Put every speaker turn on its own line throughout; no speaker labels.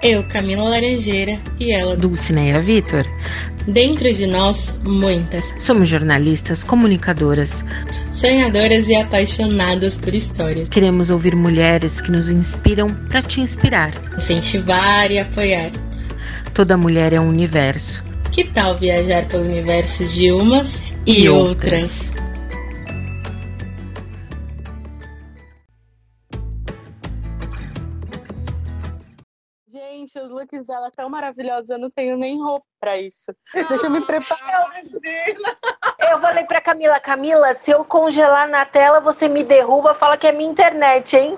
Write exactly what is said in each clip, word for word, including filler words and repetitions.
Eu, Camila Laranjeira, e ela,
Dulcineia Vitor.
Dentro de nós, muitas.
Somos jornalistas, comunicadoras,
sonhadoras e apaixonadas por histórias.
Queremos ouvir mulheres que nos inspiram para te inspirar.
Incentivar e apoiar.
Toda mulher é um universo.
Que tal viajar pelo universo de umas e,
e
outras?
outras?
Gente, os looks dela tão maravilhosos, eu não tenho nem roupa pra isso. Deixa eu me preparar.
Eu falei pra Camila, Camila, se eu congelar na tela, você me derruba, fala que é minha internet, hein?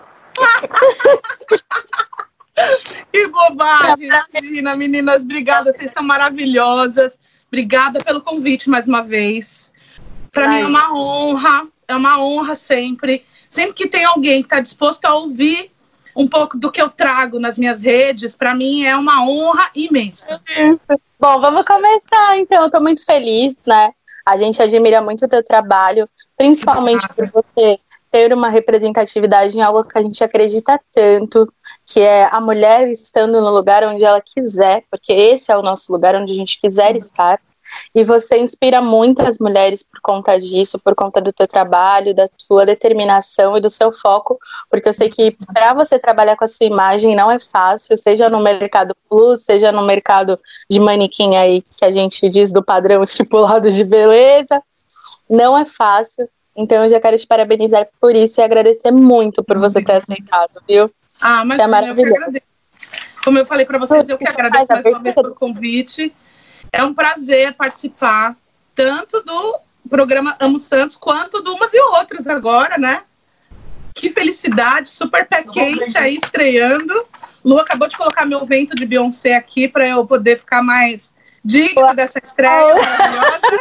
Que bobagem, imagina, meninas, obrigada, vocês são maravilhosas. Obrigada pelo convite mais uma vez. Para mim é uma honra, é uma honra sempre. Sempre que tem alguém que está disposto a ouvir um pouco do que eu trago nas minhas redes, para mim é uma honra imensa.
Isso. Bom, vamos começar então. Eu tô muito feliz, né? A gente admira muito o teu trabalho, principalmente Obrigada. Por você ter uma representatividade em algo que a gente acredita tanto, que é a mulher estando no lugar onde ela quiser, porque esse é o nosso lugar onde a gente quiser estar. E você inspira muitas mulheres por conta disso, por conta do teu trabalho, da tua determinação e do seu foco, porque eu sei que para você trabalhar com a sua imagem não é fácil, seja no mercado plus, seja no mercado de manequim aí, que a gente diz do padrão estipulado de beleza, não é fácil. Então eu já quero te parabenizar por isso e agradecer muito por você ter aceitado, viu?
Ah, mas
você é maravilhoso.
Como eu falei para vocês, eu que agradeço mais uma vez pelo convite. É um prazer participar tanto do programa Amo Santos quanto do Umas e Outras agora, né? Que felicidade, super pé quente aí estreando. Lu acabou de colocar meu vento de Beyoncé aqui para eu poder ficar mais digna dessa estreia maravilhosa.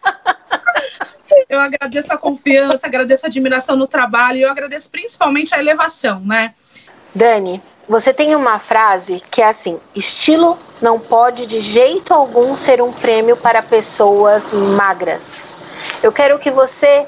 Eu agradeço a confiança, agradeço a admiração no trabalho e eu agradeço principalmente a elevação, né?
Dani, você tem uma frase que é assim: estilo não pode de jeito algum ser um prêmio para pessoas magras. Eu quero que você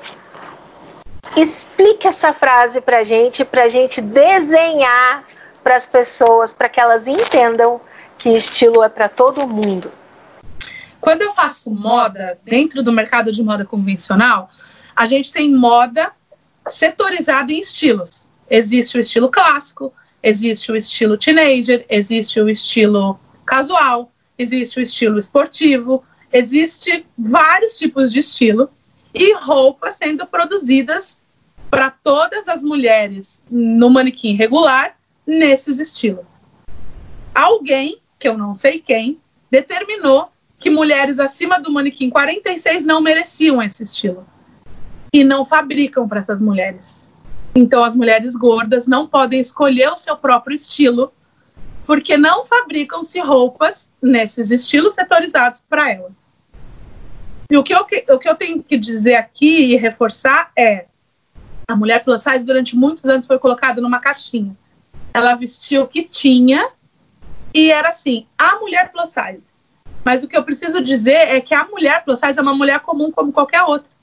explique essa frase pra gente, pra gente desenhar para as pessoas, para que elas entendam que estilo é para todo mundo.
Quando eu faço moda dentro do mercado de moda convencional, a gente tem moda setorizada em estilos. Existe o estilo clássico, existe o estilo teenager, existe o estilo casual, existe o estilo esportivo, existe vários tipos de estilo e roupas sendo produzidas para todas as mulheres no manequim regular nesses estilos. Alguém, que eu não sei quem, determinou que mulheres acima do manequim quarenta e seis não mereciam esse estilo e não fabricam para essas mulheres. Então, as mulheres gordas não podem escolher o seu próprio estilo porque não fabricam-se roupas nesses estilos setorizados para elas. E o que, eu, o que eu tenho que dizer aqui e reforçar é: a mulher plus size durante muitos anos foi colocada numa caixinha. Ela vestia o que tinha e era assim, a mulher plus size. Mas o que eu preciso dizer é que a mulher plus size é uma mulher comum como qualquer outra.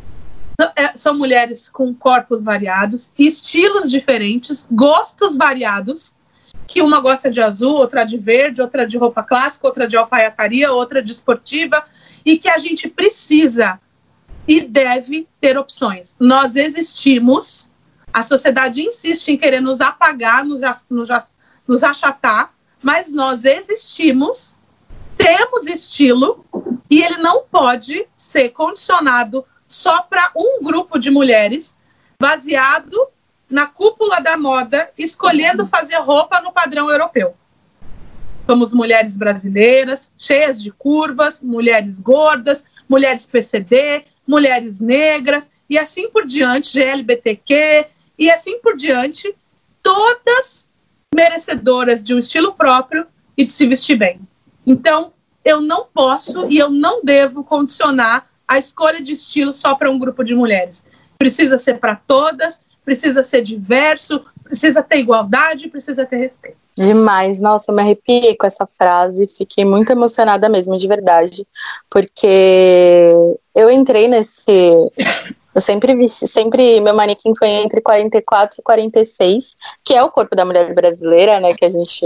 São mulheres com corpos variados, estilos diferentes, gostos variados, que uma gosta de azul, outra de verde, outra de roupa clássica, outra de alfaiataria, outra de esportiva, e que a gente precisa e deve ter opções. Nós existimos, a sociedade insiste em querer nos apagar, nos, nos, nos achatar, mas nós existimos, temos estilo, e ele não pode ser condicionado só para um grupo de mulheres, baseado na cúpula da moda, escolhendo fazer roupa no padrão europeu. Somos mulheres brasileiras, cheias de curvas, mulheres gordas, mulheres P C D, mulheres negras, e assim por diante, G L B T Q, e assim por diante, todas merecedoras de um estilo próprio e de se vestir bem. Então, eu não posso e eu não devo condicionar a escolha de estilo só para um grupo de mulheres. Precisa ser para todas, precisa ser diverso, precisa ter igualdade, precisa ter respeito.
Demais, nossa, eu me arrepiei com essa frase, fiquei muito emocionada mesmo, de verdade, porque eu entrei nesse, eu sempre vesti, sempre, meu manequim foi entre quarenta e quatro e quarenta e seis, que é o corpo da mulher brasileira, né, que a gente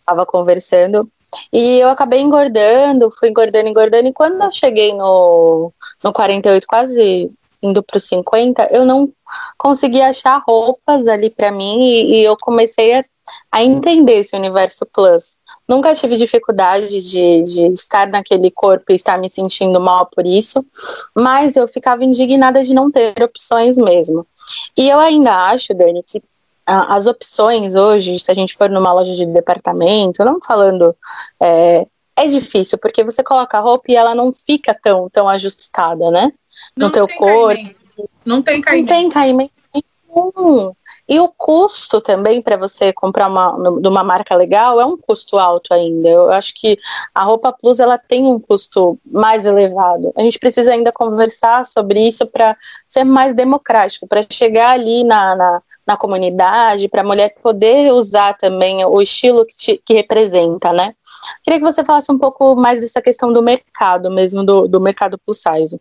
estava conversando, e eu acabei engordando, fui engordando, engordando, e quando eu cheguei no, no quarenta e oito, quase indo para os cinquenta, eu não consegui achar roupas ali para mim, e, e eu comecei a, a entender esse universo plus. Nunca tive dificuldade de, de estar naquele corpo e estar me sentindo mal por isso, mas eu ficava indignada de não ter opções mesmo. E eu ainda acho, Dani, que ah, as opções hoje, se a gente for numa loja de departamento, não falando, é, é difícil, porque você coloca a roupa e ela não fica tão, tão ajustada, né? No
Não
teu
tem
corpo.
caimento. Não tem caimento.
Não tem caimento nenhum. E o custo também para você comprar uma, de uma marca legal é um custo alto ainda. Eu acho que a roupa plus ela tem um custo mais elevado. A gente precisa ainda conversar sobre isso para ser mais democrático, para chegar ali na, na, na comunidade, para a mulher poder usar também o estilo que, te, que representa, né? Queria que você falasse um pouco mais dessa questão do mercado mesmo, do, do mercado plus size.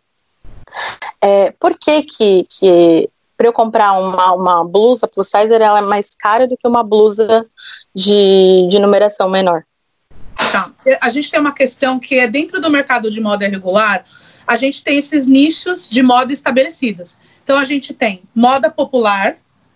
É, por que que... que para eu comprar uma, uma blusa plus size, ela é mais cara do que uma blusa de, de numeração menor?
Tá. A gente tem uma questão que é dentro do mercado de moda regular, a gente tem esses nichos de moda estabelecidos. Então, a gente tem moda popular,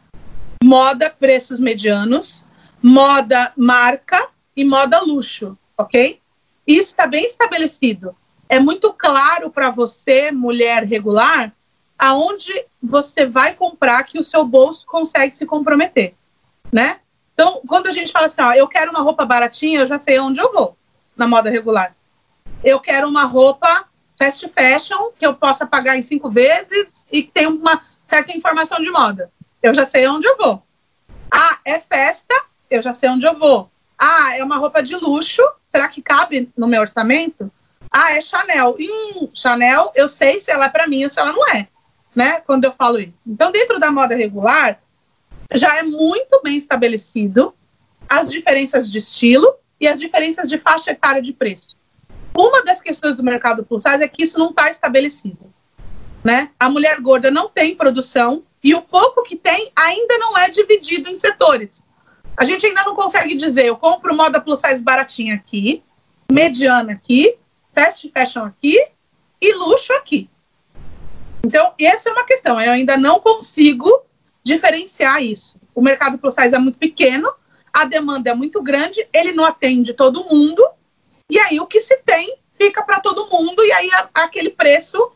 moda preços medianos, moda marca e moda luxo, ok? Isso está bem estabelecido. É muito claro para você, mulher regular, aonde você vai comprar que o seu bolso consegue se comprometer, né? Então, quando a gente fala assim, ó, eu quero uma roupa baratinha, eu já sei onde eu vou na moda regular. Eu quero uma roupa fast fashion, que eu possa pagar em cinco vezes e que tem uma certa informação de moda. Eu já sei onde eu vou. Ah, é festa, eu já sei onde eu vou. Ah, é uma roupa de luxo, será que cabe no meu orçamento? Ah, é Chanel. Hum, Chanel, eu sei se ela é para mim ou se ela não é. Né, quando eu falo isso. Então, dentro da moda regular, já é muito bem estabelecido as diferenças de estilo e as diferenças de faixa etária de preço. Uma das questões do mercado plus size é que isso não está estabelecido. Né? A mulher gorda não tem produção e o pouco que tem ainda não é dividido em setores. A gente ainda não consegue dizer, eu compro moda plus size baratinha aqui, mediana aqui, fast fashion aqui e luxo aqui. Então, essa é uma questão. Eu ainda não consigo diferenciar isso. O mercado plus size é muito pequeno, a demanda é muito grande, ele não atende todo mundo, e aí o que se tem fica para todo mundo, e aí a, aquele preço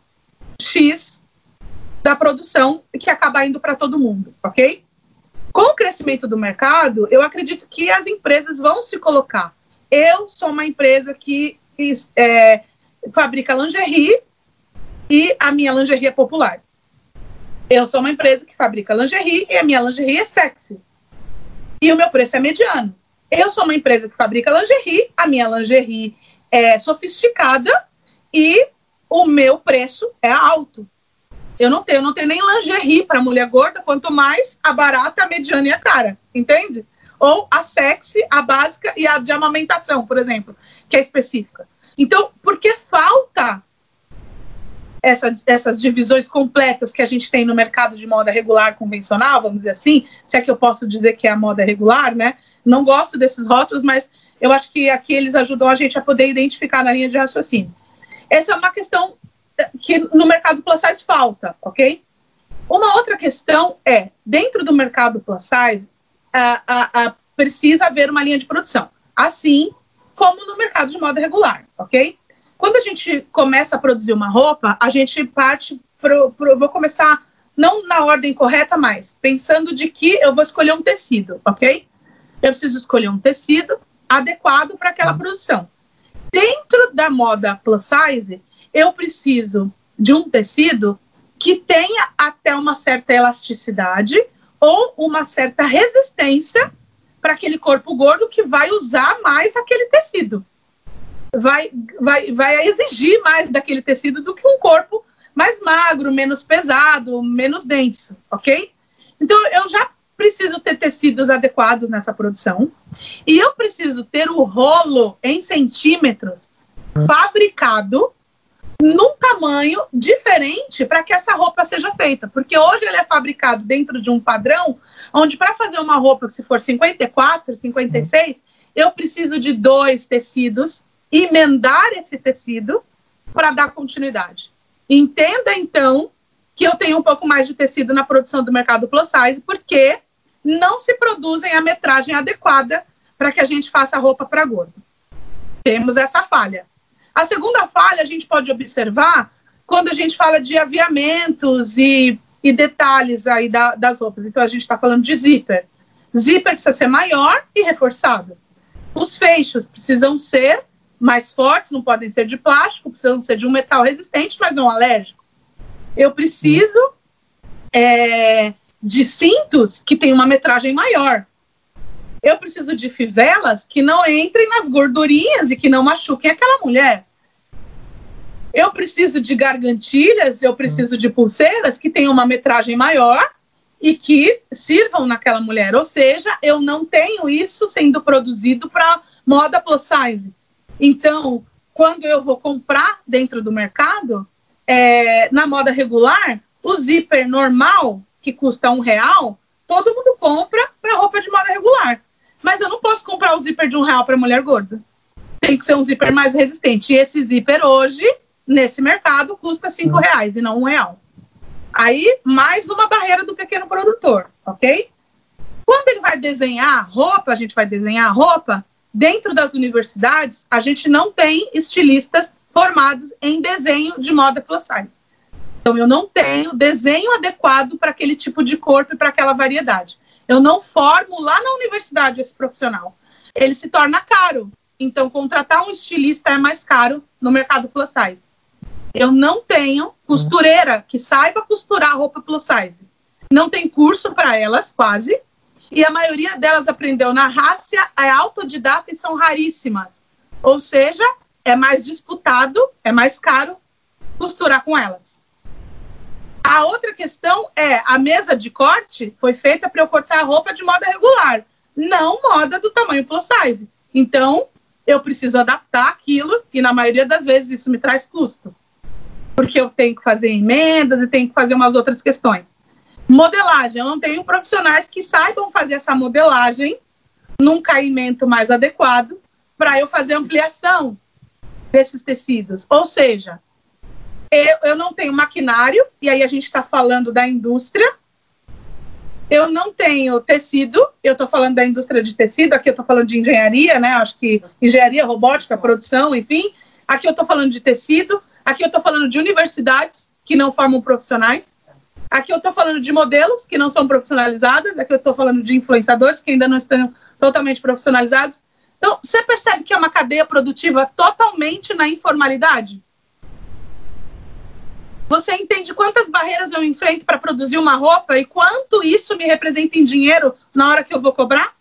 X da produção que acaba indo para todo mundo, ok? Com o crescimento do mercado, eu acredito que as empresas vão se colocar. Eu sou uma empresa que é, fabrica lingerie, e a minha lingerie é popular. Eu sou uma empresa que fabrica lingerie e a minha lingerie é sexy. E o meu preço é mediano. Eu sou uma empresa que fabrica lingerie, a minha lingerie é sofisticada e o meu preço é alto. Eu não tenho, eu não tenho nem lingerie para mulher gorda, quanto mais a barata, a mediana e a cara. Entende? Ou a sexy, a básica e a de amamentação, por exemplo, que é específica. Então, porque falta Essa, essas divisões completas que a gente tem no mercado de moda regular convencional, vamos dizer assim, se é que eu posso dizer que é a moda regular, né? Não gosto desses rótulos, mas eu acho que aqui eles ajudam a gente a poder identificar na linha de raciocínio. Essa é uma questão que no mercado plus size falta, ok? Uma outra questão é, dentro do mercado plus size, a, a, a, precisa haver uma linha de produção, assim como no mercado de moda regular, ok? Quando a gente começa a produzir uma roupa, a gente parte pro, pro, vou começar não na ordem correta, mas pensando de que eu vou escolher um tecido, ok? Eu preciso escolher um tecido adequado para aquela produção. Dentro da moda plus size, eu preciso de um tecido que tenha até uma certa elasticidade ou uma certa resistência para aquele corpo gordo que vai usar mais aquele tecido. Vai, vai, vai exigir mais daquele tecido do que um corpo mais magro, menos pesado, menos denso, ok? Então, eu já preciso ter tecidos adequados nessa produção e eu preciso ter o rolo em centímetros fabricado num tamanho diferente para que essa roupa seja feita, porque hoje ele é fabricado dentro de um padrão onde para fazer uma roupa, se for cinquenta e quatro, cinquenta e seis, eu preciso de dois tecidos, emendar esse tecido para dar continuidade. Entenda, então, que eu tenho um pouco mais de tecido na produção do mercado plus size, porque não se produzem a metragem adequada para que a gente faça roupa para gordo. Temos essa falha. A segunda falha a gente pode observar quando a gente fala de aviamentos e, e detalhes aí da, das roupas. Então, a gente está falando de zíper. Zíper precisa ser maior e reforçado. Os fechos precisam ser mais fortes, não podem ser de plástico, precisam ser de um metal resistente, mas não alérgico. Eu preciso é, de cintos que tenham uma metragem maior. Eu preciso de fivelas que não entrem nas gordurinhas e que não machuquem aquela mulher. Eu preciso de gargantilhas, eu preciso de pulseiras que tenham uma metragem maior e que sirvam naquela mulher. Ou seja, eu não tenho isso sendo produzido para moda plus size. Então, quando eu vou comprar dentro do mercado, é, na moda regular, o zíper normal, que custa um real, todo mundo compra para roupa de moda regular. Mas eu não posso comprar o zíper de um real para mulher gorda. Tem que ser um zíper mais resistente. E esse zíper hoje, nesse mercado, custa cinco reais e não um real. Aí, mais uma barreira do pequeno produtor, ok? Quando ele vai desenhar roupa, a gente vai desenhar roupa, dentro das universidades, a gente não tem estilistas formados em desenho de moda plus size. Então, eu não tenho desenho adequado para aquele tipo de corpo e para aquela variedade. Eu não formo lá na universidade esse profissional. Ele se torna caro. Então, contratar um estilista é mais caro no mercado plus size. Eu não tenho costureira que saiba costurar roupa plus size. Não tem curso para elas, quase. E a maioria delas aprendeu na raça, é autodidata e são raríssimas. Ou seja, é mais disputado, é mais caro costurar com elas. A outra questão é, a mesa de corte foi feita para eu cortar a roupa de moda regular, não moda do tamanho plus size. Então, eu preciso adaptar aquilo e na maioria das vezes isso me traz custo. Porque eu tenho que fazer emendas e tenho que fazer umas outras questões. Modelagem, eu não tenho profissionais que saibam fazer essa modelagem num caimento mais adequado para eu fazer ampliação desses tecidos. Ou seja, eu, eu não tenho maquinário, e aí a gente está falando da indústria, eu não tenho tecido, eu estou falando da indústria de tecido, aqui eu estou falando de engenharia, né? Acho que engenharia, robótica, produção, enfim. Aqui eu estou falando de tecido, aqui eu estou falando de universidades que não formam profissionais. Aqui eu estou falando de modelos que não são profissionalizados, aqui eu estou falando de influenciadores que ainda não estão totalmente profissionalizados. Então, você percebe que é uma cadeia produtiva totalmente na informalidade? Você entende quantas barreiras eu enfrento para produzir uma roupa e quanto isso me representa em dinheiro na hora que eu vou cobrar?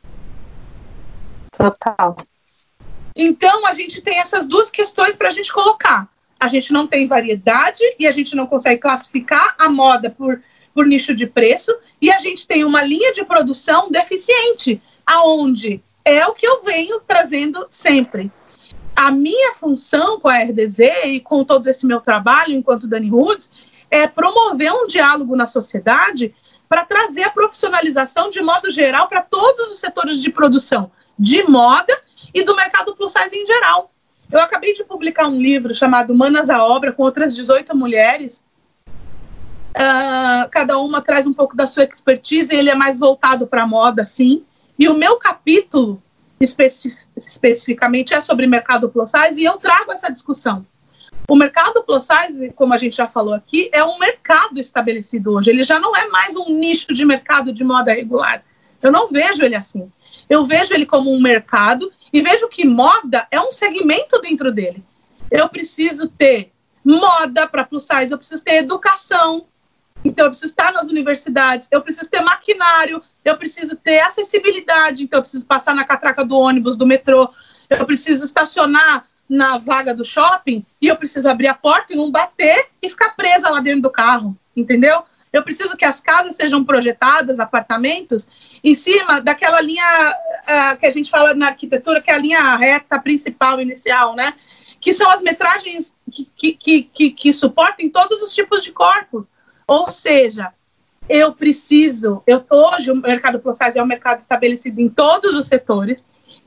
Total.
Então, a gente tem essas duas questões para a gente colocar. A gente não tem variedade e a gente não consegue classificar a moda por, por nicho de preço e a gente tem uma linha de produção deficiente, aonde é o que eu venho trazendo sempre. A minha função com a R D Z e com todo esse meu trabalho enquanto Dani Roods é promover um diálogo na sociedade para trazer a profissionalização de modo geral para todos os setores de produção, de moda e do mercado plus size em geral. Eu acabei de publicar um livro chamado Manas à Obra, com outras dezoito mulheres. Uh, cada uma traz um pouco da sua expertise, ele é mais voltado para a moda, sim. E o meu capítulo, especi- especificamente, é sobre mercado plus size, e eu trago essa discussão. O mercado plus size, como a gente já falou aqui, é um mercado estabelecido hoje. Ele já não é mais um nicho de mercado de moda regular. Eu não vejo ele assim. Eu vejo ele como um mercado e vejo que moda é um segmento dentro dele. Eu preciso ter moda para plus size, eu preciso ter educação, então eu preciso estar nas universidades, eu preciso ter maquinário, eu preciso ter acessibilidade, então eu preciso passar na catraca do ônibus, do metrô, eu preciso estacionar na vaga do shopping e eu preciso abrir a porta e não bater e ficar presa lá dentro do carro, entendeu? Eu preciso que as casas sejam projetadas, apartamentos, em cima daquela linha uh, que a gente fala na arquitetura, que é a linha reta principal, inicial, né? Que são as metragens que, que, que, que, que suportem todos os tipos de corpos. Ou seja, eu preciso... Eu, hoje o mercado plus size é um mercado estabelecido em todos os setores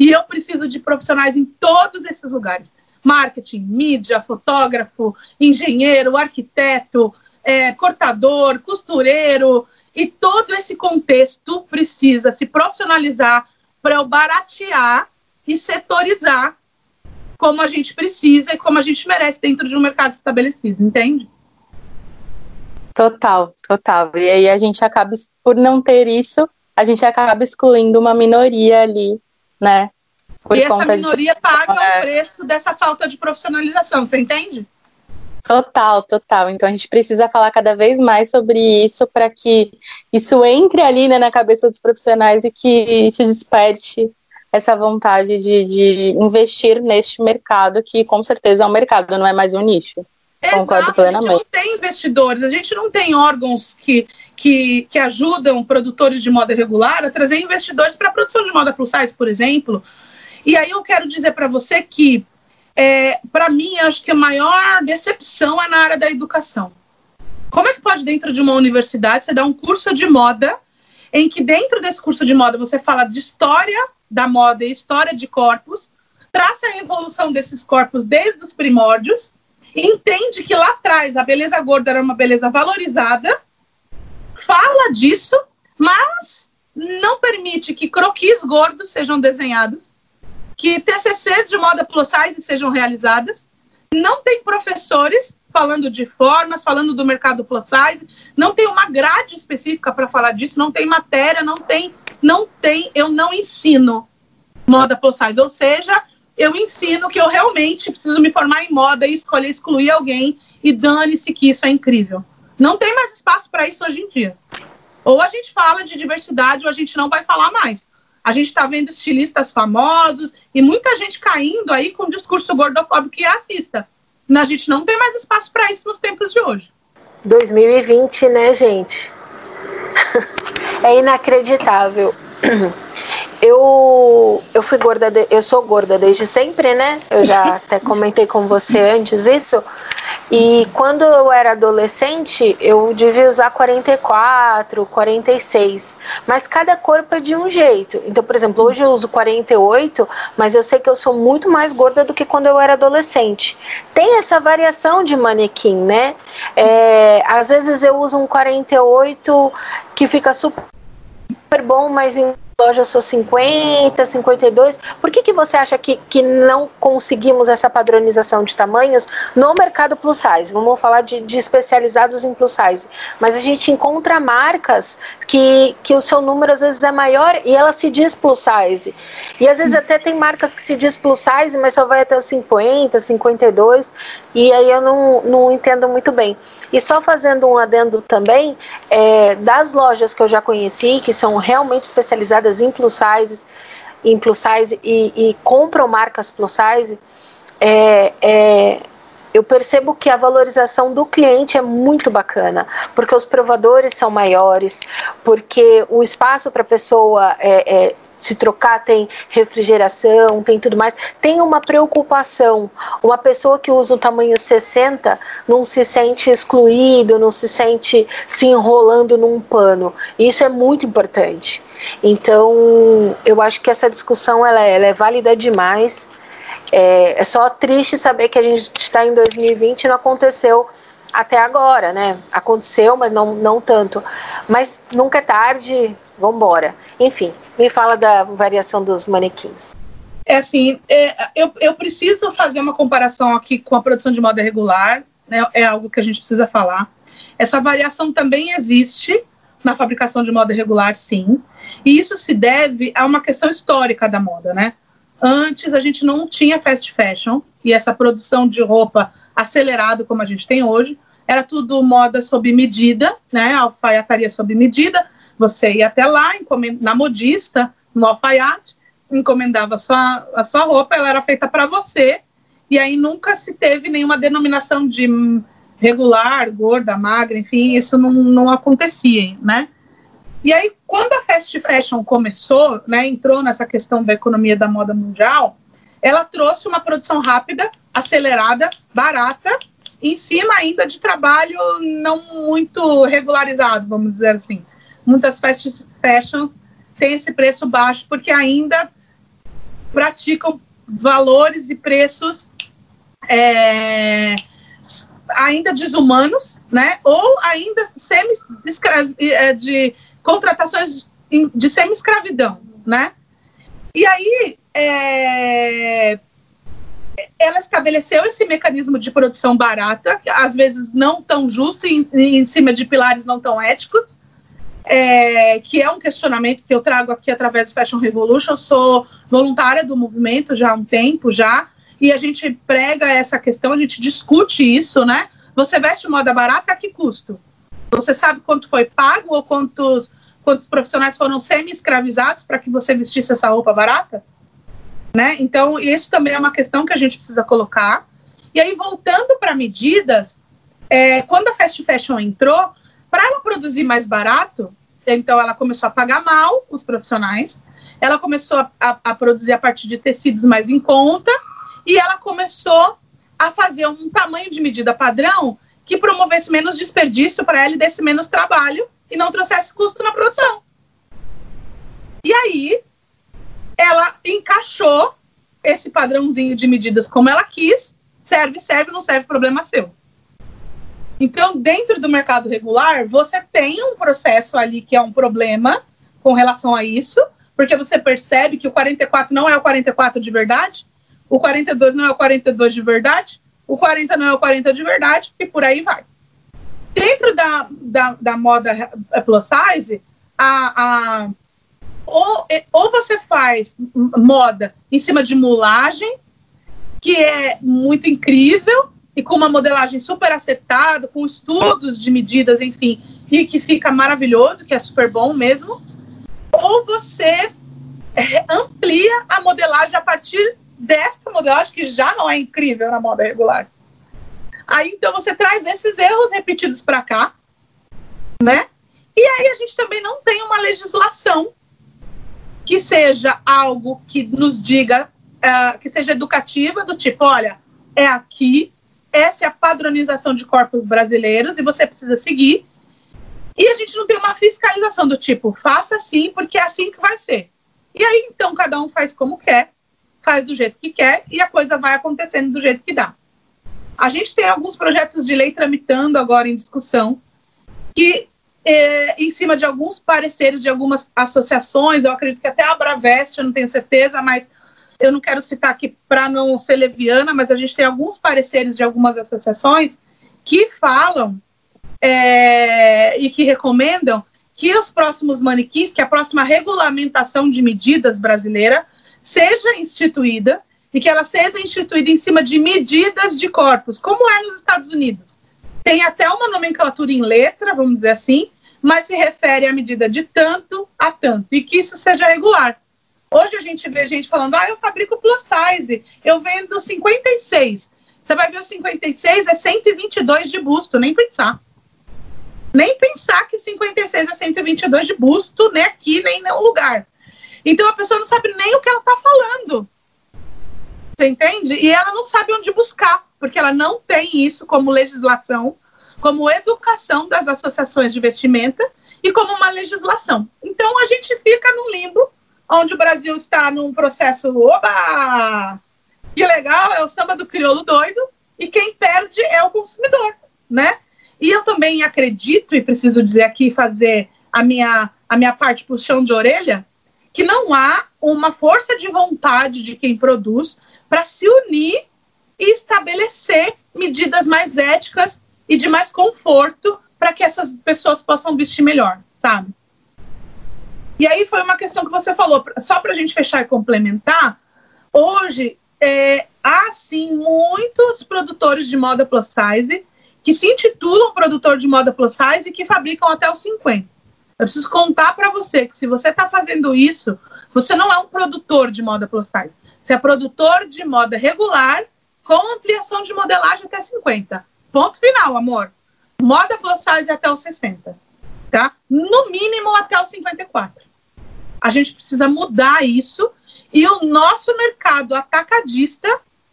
E eu preciso de profissionais em todos esses lugares. Marketing, mídia, fotógrafo, engenheiro, arquiteto, é, cortador, costureiro. E todo esse contexto precisa se profissionalizar para eu baratear e setorizar como a gente precisa e como a gente merece dentro de um mercado estabelecido, entende?
Total, total. E aí a gente acaba, por não ter isso, a gente acaba excluindo uma minoria ali, né? Por
e
conta
essa minoria
de...
paga o preço dessa falta de profissionalização, você entende?
Total, total. Então a gente precisa falar cada vez mais sobre isso para que isso entre ali, né, na cabeça dos profissionais e que isso desperte essa vontade de, de investir neste mercado, que com certeza é um mercado, não é mais um nicho.
Exato,
concordo plenamente.
A gente não tem investidores, a gente não tem órgãos que, que, que ajudam produtores de moda regular a trazer investidores para a produção de moda plus size, por exemplo. E aí eu quero dizer para você que, é, para mim, acho que a maior decepção é na área da educação. Como é que pode, dentro de uma universidade, você dar um curso de moda, em que dentro desse curso de moda você fala de história da moda e história de corpos, traça a evolução desses corpos desde os primórdios, entende que lá atrás a beleza gorda era uma beleza valorizada, fala disso, mas não permite que croquis gordos sejam desenhados, que T C Cs de moda plus size sejam realizadas, não tem professores falando de formas, falando do mercado plus size, não tem uma grade específica para falar disso, não tem matéria, não tem, não tem, eu não ensino moda plus size, ou seja, eu ensino que eu realmente preciso me formar em moda e escolher excluir alguém e dane-se que isso é incrível. Não tem mais espaço para isso hoje em dia. Ou a gente fala de diversidade ou a gente não vai falar mais. A gente está vendo estilistas famosos e muita gente caindo aí com um discurso gordofóbico e racista. A gente não tem mais espaço para isso nos tempos de hoje.
dois mil e vinte, né, gente? É inacreditável. Eu, eu fui gorda, de, eu sou gorda desde sempre, né? Eu já até comentei com você antes isso. E quando eu era adolescente, eu devia usar quarenta e quatro, quarenta e seis. Mas cada corpo é de um jeito. Então, por exemplo, hoje eu uso quarenta e oito, mas eu sei que eu sou muito mais gorda do que quando eu era adolescente. Tem essa variação de manequim, né? É, às vezes eu uso um quarenta e oito que fica super bom, mas em loja eu sou cinquenta, cinquenta e dois. Por que que você acha que, que não conseguimos essa padronização de tamanhos no mercado plus size? Vamos falar de, de especializados em plus size. Mas a gente encontra marcas que, que o seu número às vezes é maior e ela se diz plus size. E às vezes até tem marcas que se diz plus size, mas só vai até os cinquenta, cinquenta e dois. E aí eu não, não entendo muito bem. E só fazendo um adendo também, é, das lojas que eu já conheci, que são realmente especializadas em plus size, em plus size e, e compram marcas plus size, é, é, eu percebo que a valorização do cliente é muito bacana, porque os provadores são maiores, porque o espaço para a pessoa é, é, se trocar tem refrigeração, tem tudo mais, tem uma preocupação. Uma pessoa que usa o tamanho sessenta não se sente excluído, não se sente se enrolando num pano. Isso é muito importante. Então, eu acho que essa discussão ela é, ela é válida demais. É, é só triste saber que a gente está em dois mil e vinte e não aconteceu até agora, né? Aconteceu, mas não, não tanto. Mas nunca é tarde, vamos embora. Enfim, me fala da variação dos manequins.
É assim, é, eu, eu preciso fazer uma comparação aqui com a produção de moda regular, né? É algo que a gente precisa falar. Essa variação também existe na fabricação de moda regular, sim. E isso se deve a uma questão histórica da moda, né? Antes a gente não tinha fast fashion e essa produção de roupa acelerada como a gente tem hoje, era tudo moda sob medida, né? Alfaiataria sob medida. Você ia até lá, na modista, no alfaiate, encomendava a sua, a sua roupa, ela era feita para você, e aí nunca se teve nenhuma denominação de regular, gorda, magra, enfim, isso não, não acontecia, né? E aí, quando a fast fashion começou, né, entrou nessa questão da economia da moda mundial, ela trouxe uma produção rápida, acelerada, barata, em cima ainda de trabalho não muito regularizado, vamos dizer assim. Muitas fast fashion têm esse preço baixo, porque ainda praticam valores e preços é, ainda desumanos, né? Ou ainda semi de contratações de semi-escravidão, né? E aí é, ela estabeleceu esse mecanismo de produção barata, que às vezes não tão justo, em, em cima de pilares não tão éticos, é, que é um questionamento que eu trago aqui através do Fashion Revolution. Eu sou voluntária do movimento já há um tempo já, e a gente prega essa questão, a gente discute isso, né? Você veste moda barata a que custo? Você sabe quanto foi pago ou quantos, quantos profissionais foram semi-escravizados para que você vestisse essa roupa barata? Né? Então, isso também é uma questão que a gente precisa colocar. E aí, voltando para medidas, é, quando a fast fashion entrou, para ela produzir mais barato, então ela começou a pagar mal os profissionais, ela começou a, a, a produzir a partir de tecidos mais em conta, e ela começou a fazer um tamanho de medida padrão que promovesse menos desperdício para ela e desse menos trabalho e não trouxesse custo na produção. E aí, ela encaixou esse padrãozinho de medidas como ela quis, serve, serve, não serve, problema seu. Então, dentro do mercado regular, você tem um processo ali que é um problema com relação a isso, porque você percebe que o quarenta e quatro não é o quarenta e quatro de verdade, o quarenta e dois não é o quarenta e dois de verdade, o quarenta não é o quarenta de verdade, e por aí vai. Dentro da, da, da moda plus size, a... a Ou, ou você faz moda em cima de mulagem, que é muito incrível, e com uma modelagem super acertada, com estudos de medidas, enfim, e que fica maravilhoso, que é super bom mesmo, ou você é, amplia a modelagem a partir desta modelagem, que já não é incrível na moda regular. Aí, então, você traz esses erros repetidos para cá, né? E aí a gente também não tem uma legislação que seja algo que nos diga, uh, que seja educativa, do tipo, olha, é aqui, essa é a padronização de corpos brasileiros e você precisa seguir. E a gente não tem uma fiscalização do tipo, faça assim, porque é assim que vai ser. E aí, então, cada um faz como quer, faz do jeito que quer, e a coisa vai acontecendo do jeito que dá. A gente tem alguns projetos de lei tramitando agora em discussão, que É, em cima de alguns pareceres de algumas associações, eu acredito que até a Abravest, eu não tenho certeza, mas eu não quero citar aqui para não ser leviana, mas a gente tem alguns pareceres de algumas associações que falam é, e que recomendam que os próximos manequins, que a próxima regulamentação de medidas brasileira seja instituída e que ela seja instituída em cima de medidas de corpos, como é nos Estados Unidos. Tem até uma nomenclatura em letra, vamos dizer assim, mas se refere à medida de tanto a tanto, e que isso seja regular. Hoje a gente vê gente falando, ah, eu fabrico plus size, eu vendo cinquenta e seis. Você vai ver o cinquenta e seis é cento e vinte e dois de busto, nem pensar. Nem pensar que cinquenta e seis é cento e vinte e dois de busto, nem aqui, nem em nenhum lugar. Então a pessoa não sabe nem o que ela está falando. Você entende? E ela não sabe onde buscar, porque ela não tem isso como legislação, como educação das associações de vestimenta e como uma legislação. Então, a gente fica num limbo, onde o Brasil está num processo, oba, que legal, é o samba do crioulo doido, e quem perde é o consumidor, né? E eu também acredito, e preciso dizer aqui, fazer a minha, a minha parte puxão de orelha, que não há uma força de vontade de quem produz para se unir e estabelecer medidas mais éticas e de mais conforto para que essas pessoas possam vestir melhor, sabe? E aí foi uma questão que você falou, só para a gente fechar e complementar, hoje é, há sim muitos produtores de moda plus size que se intitulam produtor de moda plus size e que fabricam até os cinquenta. Eu preciso contar para você que se você está fazendo isso, você não é um produtor de moda plus size, você é produtor de moda regular com ampliação de modelagem até cinquenta. Ponto final, amor. Moda plus size até os sessenta. Tá? No mínimo até os cinquenta e quatro. A gente precisa mudar isso e o nosso mercado atacadista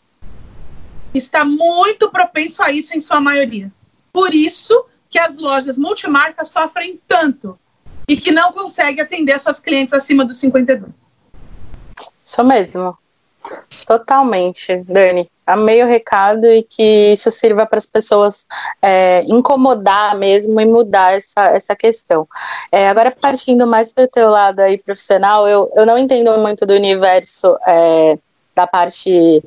está muito propenso a isso em sua maioria. Por isso que as lojas multimarcas sofrem tanto e que não conseguem atender suas clientes acima dos cinquenta e dois.
Isso mesmo. Totalmente, Dani. Amei o recado e que isso sirva para as pessoas é, incomodar mesmo e mudar essa, essa questão. É, agora, partindo mais para o teu lado aí profissional, eu, eu não entendo muito do universo é, da parte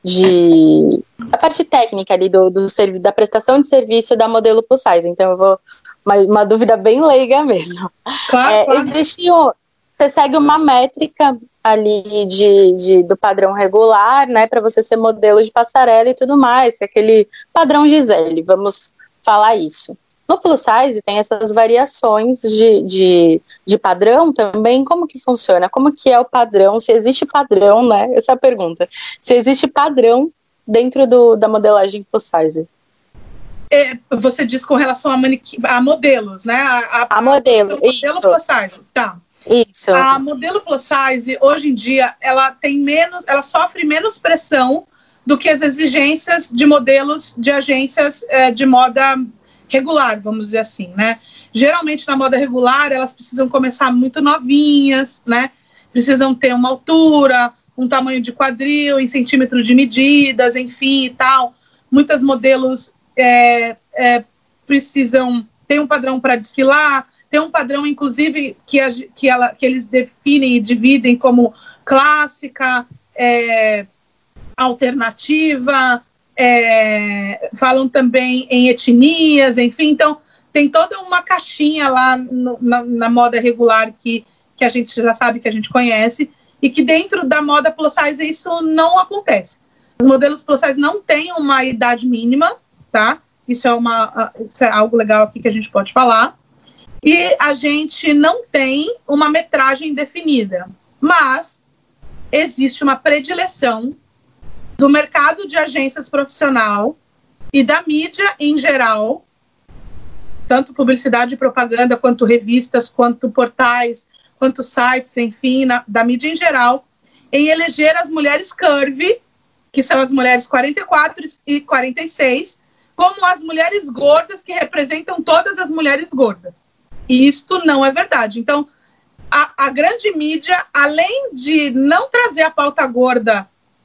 de a parte técnica ali do, do serviço, da prestação de serviço da modelo plus size. Então eu vou uma, uma dúvida bem leiga mesmo.
Claro,
é,
claro.
Existe um, você segue uma métrica ali de, de, do padrão regular, né, para você ser modelo de passarela e tudo mais, que é aquele padrão Gisele, vamos falar isso. No plus size tem essas variações de, de, de padrão também. Como que funciona? Como que é o padrão? Se existe padrão, né? Essa é a pergunta. Se existe padrão dentro do, da modelagem plus size.
É, você diz com relação a, maniqui, a modelos, né? A, a,
a modelo,
a modelo
isso.
plus size, tá.
Isso.
A modelo plus size, hoje em dia, ela tem menos, ela sofre menos pressão do que as exigências de modelos de agências é, de moda regular, vamos dizer assim, né? Geralmente, na moda regular, elas precisam começar muito novinhas, né? Precisam ter uma altura, um tamanho de quadril, em centímetros de medidas, enfim, e tal. Muitas modelos é, é, precisam ter um padrão para desfilar, tem um padrão, inclusive, que, a, que, ela, que eles definem e dividem como clássica, é, alternativa, é, falam também em etnias, enfim. Então, tem toda uma caixinha lá no, na, na moda regular que, que a gente já sabe, que a gente conhece, e que dentro da moda plus size isso não acontece. Os modelos plus size não têm uma idade mínima, tá? Isso é, uma, isso é algo legal aqui que a gente pode falar. E a gente não tem uma metragem definida, mas existe uma predileção do mercado de agências profissional e da mídia em geral, tanto publicidade e propaganda, quanto revistas, quanto portais, quanto sites, enfim, na, da mídia em geral, em eleger as mulheres curvy, que são as mulheres quarenta e quatro e quarenta e seis, como as mulheres gordas, que representam todas as mulheres gordas. E isto não é verdade. Então, a, a grande mídia, além de não trazer a pauta gorda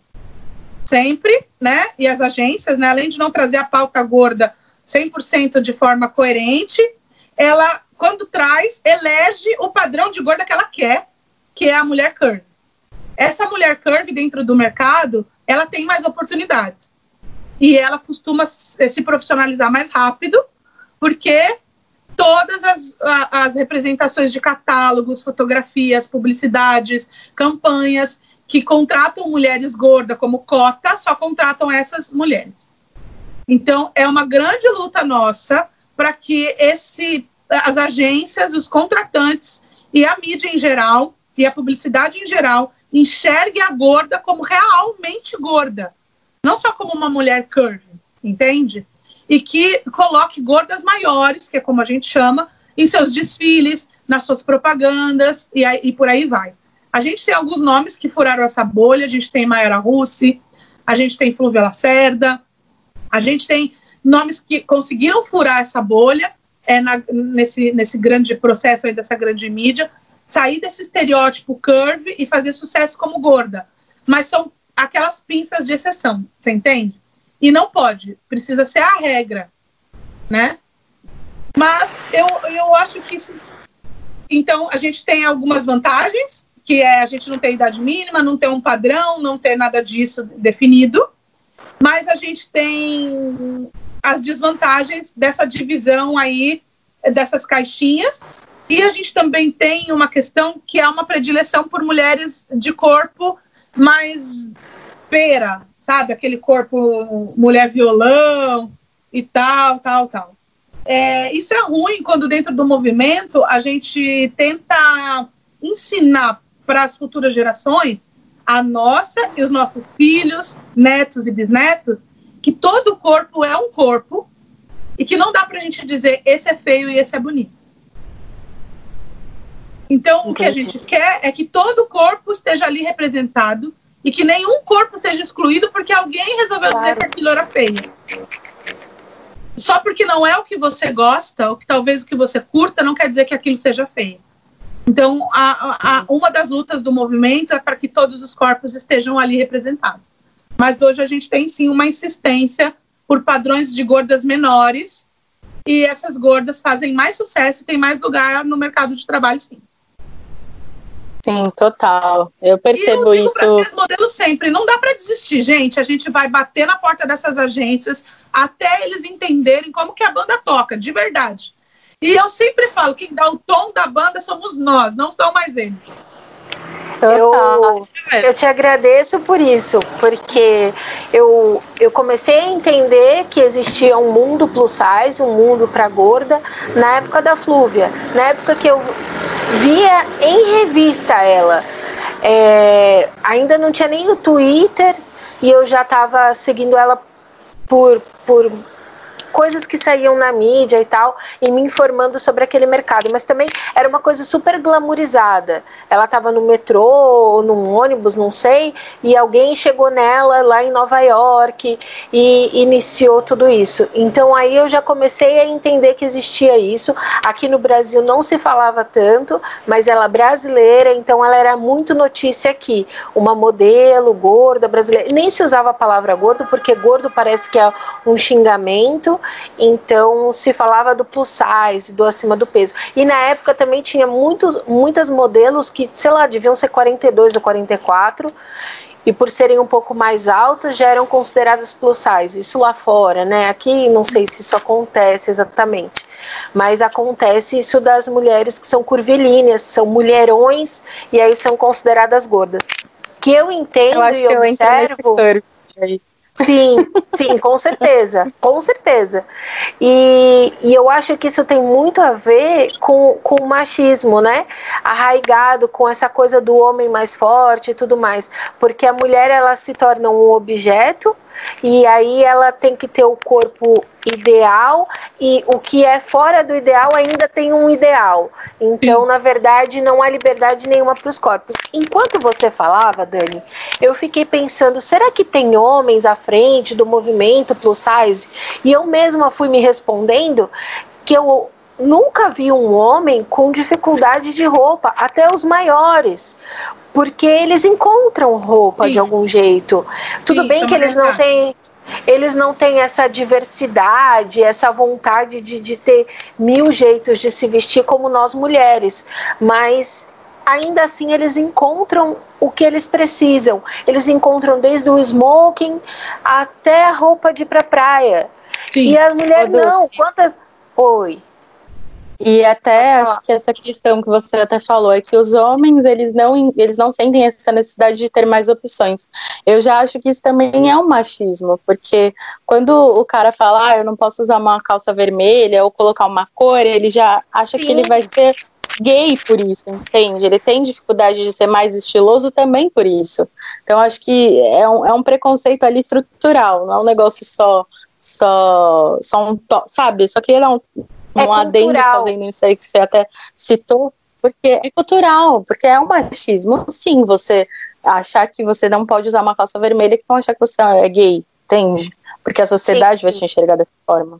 sempre, né, e as agências, né, além de não trazer a pauta gorda cem por cento de forma coerente, ela, quando traz, elege o padrão de gorda que ela quer, que é a mulher curvy. Essa mulher curvy dentro do mercado, ela tem mais oportunidades. E ela costuma se profissionalizar mais rápido, porque todas as, as representações de catálogos, fotografias, publicidades, campanhas que contratam mulheres gordas como cota, só contratam essas mulheres. Então, é uma grande luta nossa para que esse, as agências, os contratantes e a mídia em geral, e a publicidade em geral, enxerguem a gorda como realmente gorda, não só como uma mulher curvy, entende? E que coloque gordas maiores, que é como a gente chama, em seus desfiles, nas suas propagandas, e, aí, e por aí vai. A gente tem alguns nomes que furaram essa bolha, a gente tem Mayara Russi, a gente tem Flúvia Lacerda, a gente tem nomes que conseguiram furar essa bolha é, na, nesse, nesse grande processo aí dessa grande mídia, sair desse estereótipo curvy e fazer sucesso como gorda. Mas são aquelas pinças de exceção, você entende? E não pode, precisa ser a regra, né? Mas eu, eu acho que isso... Então, a gente tem algumas vantagens, que é a gente não ter idade mínima, não ter um padrão, não ter nada disso definido, mas a gente tem as desvantagens dessa divisão aí, dessas caixinhas, e a gente também tem uma questão que é uma predileção por mulheres de corpo mais pera, sabe? Aquele corpo mulher violão e tal, tal, tal. É, isso é ruim quando dentro do movimento a gente tenta ensinar para as futuras gerações, a nossa e os nossos filhos, netos e bisnetos, que todo corpo é um corpo e que não dá para a gente dizer esse é feio e esse é bonito. Então, Entendi. O que a gente quer é que todo corpo esteja ali representado e que nenhum corpo seja excluído porque alguém resolveu claro. dizer que aquilo era feio. Só porque não é o que você gosta, ou que talvez o que você curta, não quer dizer que aquilo seja feio. Então, a, a, uma das lutas do movimento é para que todos os corpos estejam ali representados. Mas hoje a gente tem, sim, uma insistência por padrões de gordas menores, e essas gordas fazem mais sucesso e têm mais lugar no mercado de trabalho, sim.
Sim, total. Eu percebo
e eu
isso.
Esse modelo sempre. Não dá para desistir, gente. A gente vai bater na porta dessas agências até eles entenderem como que a banda toca, de verdade. E eu sempre falo, quem dá o tom da banda somos nós, não são mais eles.
Eu, eu te agradeço por isso, porque eu, eu comecei a entender que existia um mundo plus size, um mundo para gorda, na época da Flúvia, na época que eu via em revista ela. É, ainda não tinha nem o Twitter e eu já estava seguindo ela por... por coisas que saíam na mídia e tal, e me informando sobre aquele mercado, mas também era uma coisa super glamourizada. Ela estava no metrô, ou num ônibus, não sei, e alguém chegou nela lá em Nova York e iniciou tudo isso. Então aí eu já comecei a entender que existia isso. Aqui no Brasil não se falava tanto, mas ela é brasileira, então ela era muito notícia aqui. Uma modelo gorda brasileira, nem se usava a palavra gordo, porque gordo parece que é um xingamento. Então se falava do plus size, do acima do peso. E na época também tinha muitos, muitas modelos que, sei lá, deviam ser quarenta e dois ou quarenta e quatro, e por serem um pouco mais altas já eram consideradas plus size. Isso lá fora, né? Aqui não sei se isso acontece exatamente, mas acontece isso das mulheres que são curvilíneas, são mulherões, e aí são consideradas gordas. Que eu entendo
eu acho
e
que
observo...
Eu entro
Sim, sim, com certeza, com certeza. E, e eu acho que isso tem muito a ver com, com o machismo, né? Arraigado com essa coisa do homem mais forte e tudo mais. Porque a mulher, ela se torna um objeto, e aí ela tem que ter o corpo ideal, e o que é fora do ideal ainda tem um ideal. Então, sim, na verdade, não há liberdade nenhuma para os corpos. Enquanto você falava, Dani, eu fiquei pensando, será que tem homens à frente do movimento plus size? E eu mesma fui me respondendo que eu nunca vi um homem com dificuldade de roupa, até os maiores, porque eles encontram roupa, sim, de algum jeito. Tudo sim, bem que eles não têm, eles não têm essa diversidade, essa vontade de, de ter mil jeitos de se vestir como nós mulheres, mas ainda assim eles encontram o que eles precisam. Eles encontram desde o smoking até a roupa de ir pra praia. Sim. E as mulheres não. Quantas... Oi.
E até acho que essa questão que você até falou é que os homens, eles não, eles não sentem essa necessidade de ter mais opções. Eu já acho que isso também é um machismo, porque quando o cara fala, ah, eu não posso usar uma calça vermelha ou colocar uma cor, ele já acha, sim, que ele vai ser gay por isso, entende? Ele tem dificuldade de ser mais estiloso também por isso. Então acho que é um, é um preconceito ali estrutural, não é um negócio só, só, só um, sabe? Só queria dar um um é adendo fazendo isso aí que você até citou, porque é cultural, porque é um machismo, sim, você achar que você não pode usar uma calça vermelha que vão achar que você é gay, entende? Porque a sociedade, sim, vai te enxergar dessa forma.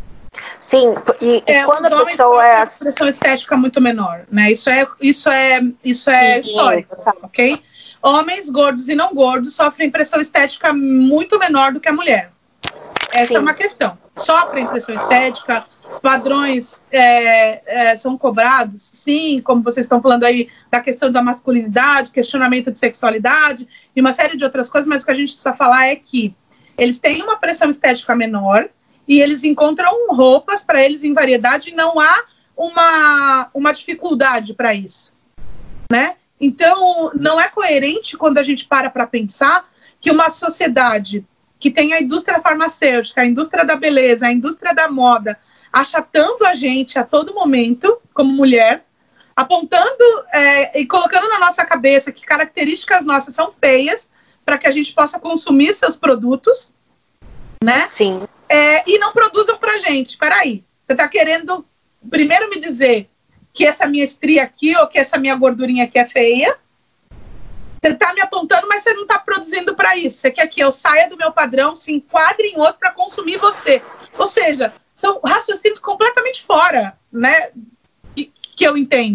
Sim, e, e
é,
quando
os
a pessoa é...
uma expressão estética muito menor, né? Isso é, isso é, isso é sim, histórico, sim, ok? Homens gordos e não gordos sofrem pressão estética muito menor do que a mulher. Essa, sim, é uma questão. Sofrem pressão estética, padrões é, é, são cobrados, sim, como vocês estão falando aí da questão da masculinidade, questionamento de sexualidade e uma série de outras coisas, mas o que a gente precisa falar é que eles têm uma pressão estética menor e eles encontram roupas para eles em variedade e não há uma, uma dificuldade para isso, né? Então, não é coerente quando a gente para para pensar que uma sociedade que tem a indústria farmacêutica, a indústria da beleza, a indústria da moda, achatando a gente a todo momento, como mulher, apontando é, e colocando na nossa cabeça que características nossas são feias para que a gente possa consumir seus produtos, né?
Sim.
É, e não produzam pra gente. Peraí, você está querendo primeiro me dizer que essa minha estria aqui ou que essa minha gordurinha aqui é feia? Você está me apontando, mas você não está produzindo para isso. Você quer que eu saia do meu padrão, se enquadre em outro para consumir você. Ou seja, são raciocínios completamente fora, né, que, que eu entendo.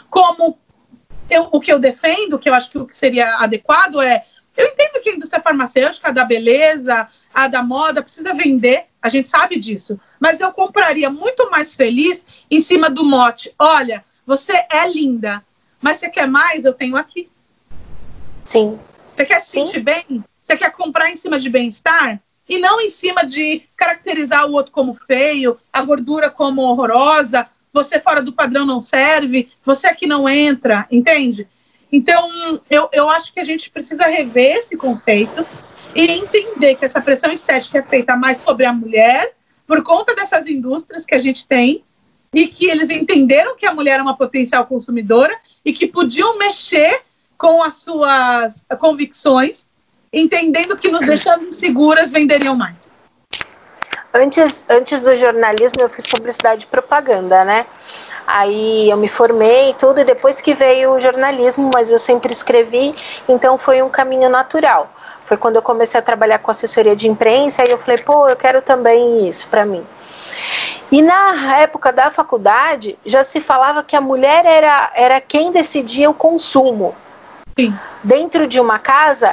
como eu, o que eu defendo, que eu acho que o que seria adequado é, eu entendo que a indústria farmacêutica, a da beleza, a da moda, precisa vender, a gente sabe disso, mas eu compraria muito mais feliz em cima do mote, olha, você é linda, mas você quer mais? Eu tenho aqui.
Sim.
Você quer se sentir bem? Você quer comprar em cima de bem-estar? E não em cima de caracterizar o outro como feio, a gordura como horrorosa, você fora do padrão não serve, você aqui não entra, entende? Então, eu, eu acho que a gente precisa rever esse conceito e entender que essa pressão estética é feita mais sobre a mulher, por conta dessas indústrias que a gente tem, e que eles entenderam que a mulher é uma potencial consumidora e que podiam mexer com as suas convicções, entendendo que nos deixando inseguras venderiam mais.
Antes, antes do jornalismo eu fiz publicidade e propaganda, né? Aí eu me formei e tudo, e depois que veio o jornalismo, mas eu sempre escrevi, então foi um caminho natural. Foi quando eu comecei a trabalhar com assessoria de imprensa, aí eu falei, pô, eu quero também isso para mim. E na época da faculdade, já se falava que a mulher era, era quem decidia o consumo.
Sim.
Dentro de uma casa,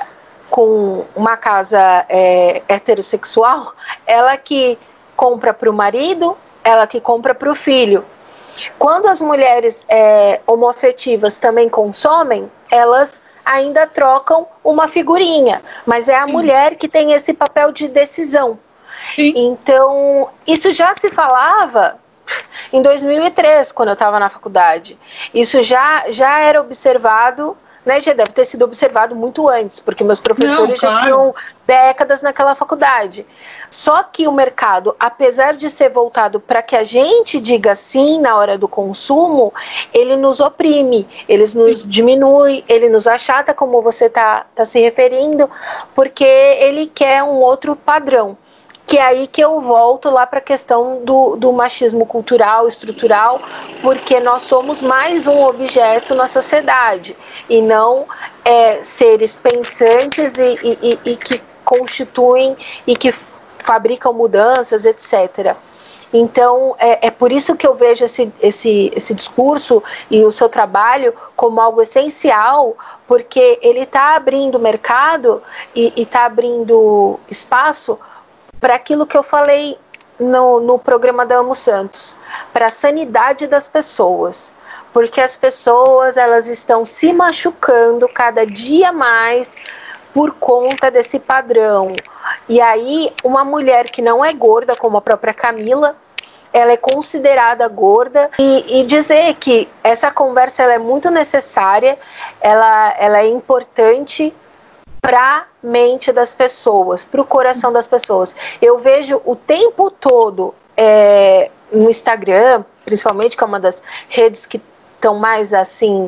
com uma casa é, heterossexual, ela que compra para o marido, ela que compra para o filho. Quando as mulheres é, homoafetivas também consomem, elas ainda trocam uma figurinha, mas é a Sim. mulher que tem esse papel de decisão. Sim. Então, isso já se falava em dois mil e três, quando eu estava na faculdade. Isso já, já era observado, né, já deve ter sido observado muito antes, porque meus professores Não, claro. já tinham décadas naquela faculdade. Só que o mercado, apesar de ser voltado para que a gente diga sim na hora do consumo, ele nos oprime, ele nos sim. diminui, ele nos achata, como você está tá se referindo, porque ele quer um outro padrão. Que é aí que eu volto lá para a questão do, do machismo cultural, estrutural, porque nós somos mais um objeto na sociedade, e não é, seres pensantes e, e, e que constituem e que fabricam mudanças, etcétera. Então, é, é por isso que eu vejo esse, esse, esse discurso e o seu trabalho como algo essencial, porque ele está abrindo mercado e está abrindo espaço para aquilo que eu falei no, no programa da Amo Santos, para a sanidade das pessoas, porque as pessoas elas estão se machucando cada dia mais por conta desse padrão. E aí uma mulher que não é gorda, como a própria Camila, ela é considerada gorda, e, e dizer que essa conversa ela é muito necessária, ela, ela é importante para a mente das pessoas, para o coração das pessoas. Eu vejo o tempo todo é, no Instagram, principalmente, que é uma das redes que estão mais assim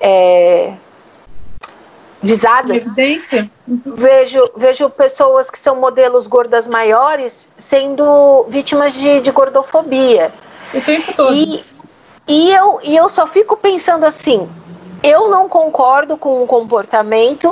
é, visadas.
Evidência.
Vejo, vejo pessoas que são modelos gordas maiores sendo vítimas de, de gordofobia.
O tempo todo.
E, e, eu, e eu só fico pensando assim, eu não concordo com o comportamento.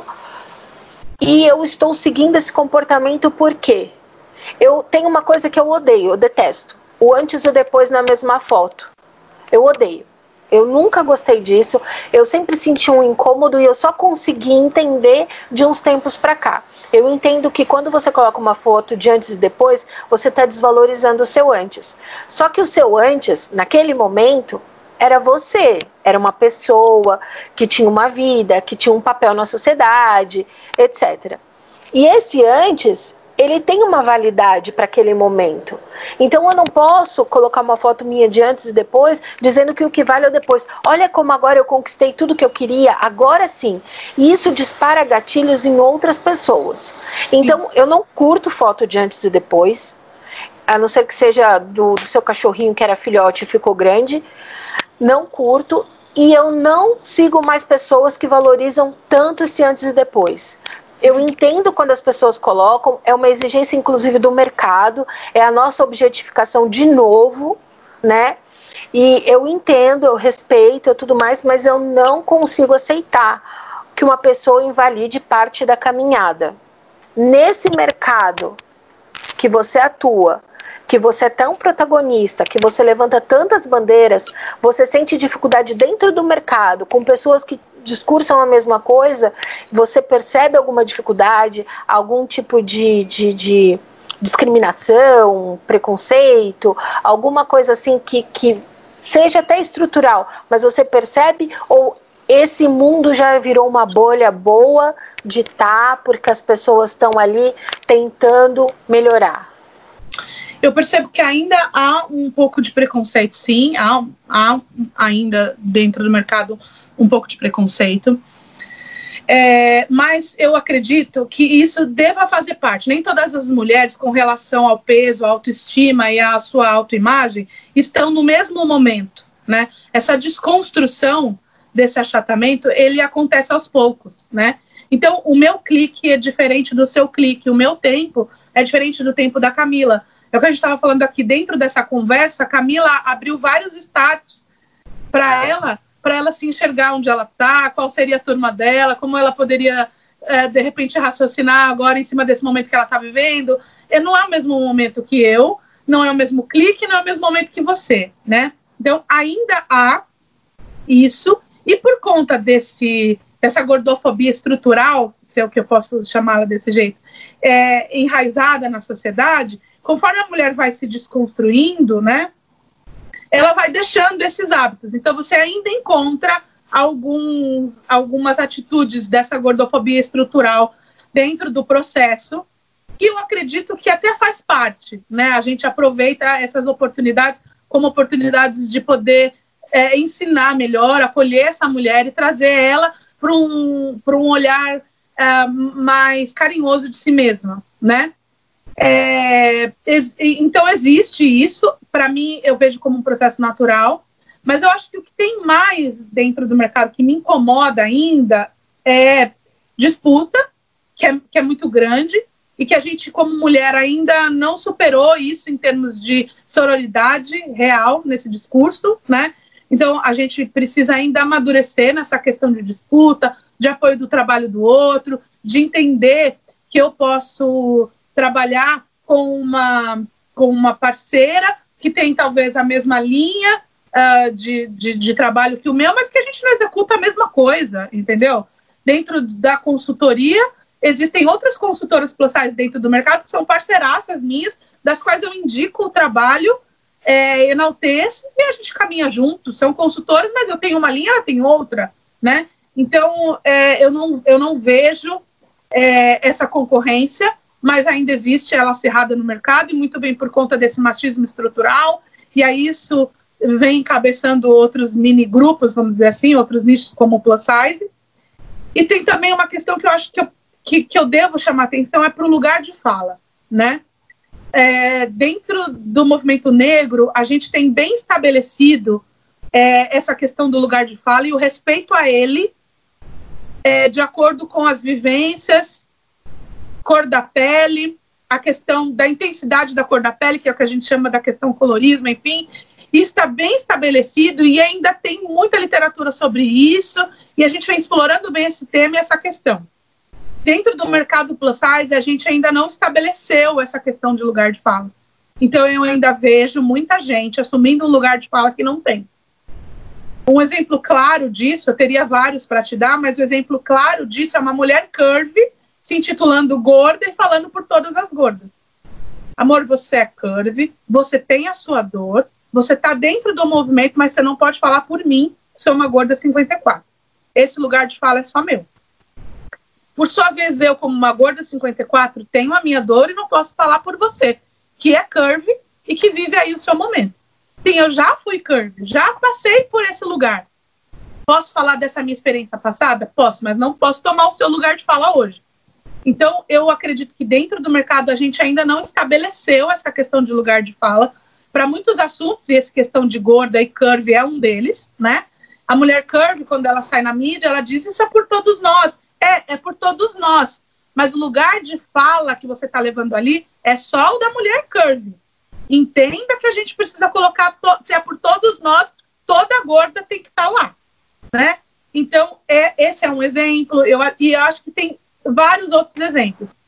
E eu estou seguindo esse comportamento porque eu tenho uma coisa que eu odeio, eu detesto. O antes e o depois na mesma foto. Eu odeio. Eu nunca gostei disso. Eu sempre senti um incômodo e eu só consegui entender de uns tempos pra cá. Eu entendo que quando você coloca uma foto de antes e depois, você está desvalorizando o seu antes. Só que o seu antes, naquele momento, era você, era uma pessoa que tinha uma vida, que tinha um papel na sociedade, etcétera. E esse antes, ele tem uma validade para aquele momento. Então eu não posso colocar uma foto minha de antes e depois, dizendo que o que vale é o depois. Olha como agora eu conquistei tudo que eu queria, agora sim. E isso dispara gatilhos em outras pessoas. Então eu não curto foto de antes e depois, a não ser que seja do, do seu cachorrinho que era filhote e ficou grande. Não curto, e eu não sigo mais pessoas que valorizam tanto esse antes e depois. Eu entendo quando as pessoas colocam, é uma exigência inclusive do mercado, é a nossa objetificação de novo, né? E eu entendo, eu respeito e tudo mais, mas eu não consigo aceitar que uma pessoa invalide parte da caminhada. Nesse mercado que você atua, que você é tão protagonista, que você levanta tantas bandeiras, você sente dificuldade dentro do mercado, com pessoas que discursam a mesma coisa, você percebe alguma dificuldade, algum tipo de, de, de discriminação, preconceito, alguma coisa assim que, que seja até estrutural, mas você percebe, ou esse mundo já virou uma bolha boa de estar, porque as pessoas estão ali tentando melhorar?
Eu percebo que ainda há um pouco de preconceito, sim, há, há ainda dentro do mercado um pouco de preconceito, é, mas eu acredito que isso deva fazer parte. Nem todas as mulheres, com relação ao peso, à autoestima e à sua autoimagem, estão no mesmo momento, né? Essa desconstrução desse achatamento, ele acontece aos poucos, né? Então, o meu clique é diferente do seu clique, o meu tempo é diferente do tempo da Camila. É o que a gente estava falando aqui dentro dessa conversa. A Camila abriu vários status para ela, para ela se enxergar onde ela está, qual seria a turma dela, como ela poderia, é, de repente, raciocinar agora em cima desse momento que ela está vivendo. E não é o mesmo momento que eu, não é o mesmo clique, não é o mesmo momento que você, né? Então, ainda há isso. E por conta desse, dessa gordofobia estrutural, se é o que eu posso chamá-la desse jeito, é, enraizada na sociedade, conforme a mulher vai se desconstruindo, né, ela vai deixando esses hábitos. Então, você ainda encontra alguns, algumas atitudes dessa gordofobia estrutural dentro do processo, que eu acredito que até faz parte, né? A gente aproveita essas oportunidades como oportunidades de poder É, ensinar melhor, acolher essa mulher e trazer ela para um, para um olhar é, mais carinhoso de si mesma, né? É, ex, então existe isso, para mim eu vejo como um processo natural, mas eu acho que o que tem mais dentro do mercado que me incomoda ainda é disputa, que é, que é muito grande, e que a gente como mulher ainda não superou isso em termos de sororidade real nesse discurso, né? Então, a gente precisa ainda amadurecer nessa questão de disputa, de apoio do trabalho do outro, de entender que eu posso trabalhar com uma, com uma parceira que tem talvez a mesma linha uh, de, de, de trabalho que o meu, mas que a gente não executa a mesma coisa, entendeu? Dentro da consultoria, existem outras consultoras plus size dentro do mercado que são parceiraças minhas, das quais eu indico o trabalho, É, enalteço e a gente caminha junto. São consultores, mas eu tenho uma linha, ela tem outra, né? Então, é, eu, não, eu não vejo é, essa concorrência, mas ainda existe ela acirrada no mercado, e muito bem por conta desse machismo estrutural, e aí isso vem encabeçando outros mini grupos, vamos dizer assim, outros nichos como o plus size. E tem também uma questão que eu acho que eu, que, que eu devo chamar atenção, é para o lugar de fala, né? É, dentro do movimento negro, a gente tem bem estabelecido é, essa questão do lugar de fala e o respeito a ele, é, de acordo com as vivências, cor da pele, a questão da intensidade da cor da pele, que é o que a gente chama da questão colorismo, enfim. Isso está bem estabelecido e ainda tem muita literatura sobre isso, e a gente vem explorando bem esse tema e essa questão. Dentro do mercado plus size, a gente ainda não estabeleceu essa questão de lugar de fala. Então, eu ainda vejo muita gente assumindo um lugar de fala que não tem. Um exemplo claro disso, eu teria vários para te dar, mas o exemplo claro disso é uma mulher curvy se intitulando gorda e falando por todas as gordas. Amor, você é curvy, você tem a sua dor, você está dentro do movimento, mas você não pode falar por mim, sou uma gorda cinquenta e quatro. Esse lugar de fala é só meu. Por sua vez, eu, como uma gorda cinquenta e quatro, tenho a minha dor e não posso falar por você, que é curvy e que vive aí o seu momento. Sim, eu já fui curvy, já passei por esse lugar. Posso falar dessa minha experiência passada? Posso, mas não posso tomar o seu lugar de fala hoje. Então, eu acredito que dentro do mercado a gente ainda não estabeleceu essa questão de lugar de fala para muitos assuntos, e essa questão de gorda e curvy é um deles, né? A mulher curvy, quando ela sai na mídia, ela diz isso é por todos nós. É, é por todos nós. Mas o lugar de fala que você está levando ali é só o da mulher curvy. Entenda que a gente precisa colocar, to- se é por todos nós, toda gorda tem que estar tá lá, né? Então, é, esse é um exemplo, eu, e eu acho que tem vários outros exemplos. Só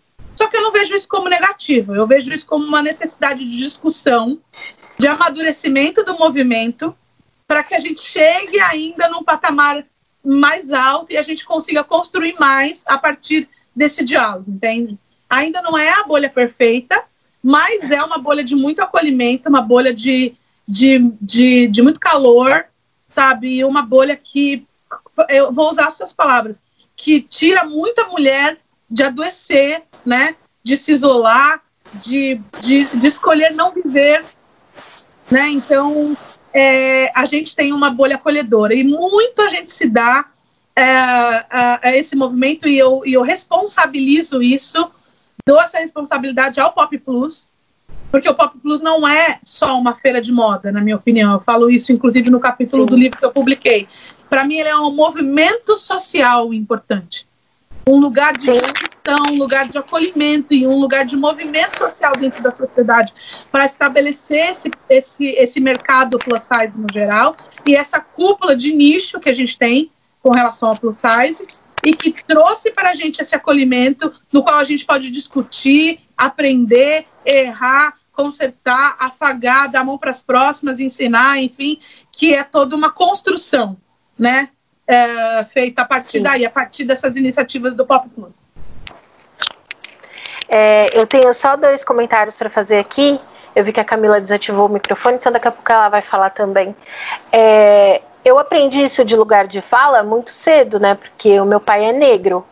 Só que eu não vejo isso como negativo, eu vejo isso como uma necessidade de discussão, de amadurecimento do movimento, para que a gente chegue ainda num patamar mais alto e a gente consiga construir mais a partir desse diálogo, entende? Ainda não é a bolha perfeita, mas é uma bolha de muito acolhimento, uma bolha de, de, de, de muito calor, sabe? Uma bolha que, eu vou usar as suas palavras, que tira muita mulher de adoecer, né? De se isolar, de, de, de escolher não viver, né? Então, é, a gente tem uma bolha acolhedora e muito a gente se dá é, a, a esse movimento e eu, e eu responsabilizo isso, dou essa responsabilidade ao Pop Plus, porque o Pop Plus não é só uma feira de moda, na minha opinião. Eu falo isso, inclusive, no capítulo Sim. do livro que eu publiquei. Para mim, ele é um movimento social importante. Um lugar de discussão, um lugar de acolhimento e um lugar de movimento social dentro da sociedade para estabelecer esse, esse, esse mercado plus size no geral e essa cúpula de nicho que a gente tem com relação ao plus size e que trouxe para a gente esse acolhimento no qual a gente pode discutir, aprender, errar, consertar, afagar, dar a mão para as próximas, ensinar, enfim, que é toda uma construção, né? É, feita a partir Sim. daí, a partir dessas iniciativas do Pop Plus.
É, eu tenho só dois comentários para fazer aqui. Eu vi que a Camila desativou o microfone, então daqui a pouco ela vai falar também. É, eu aprendi isso de lugar de fala muito cedo, né? Porque o meu pai é negro.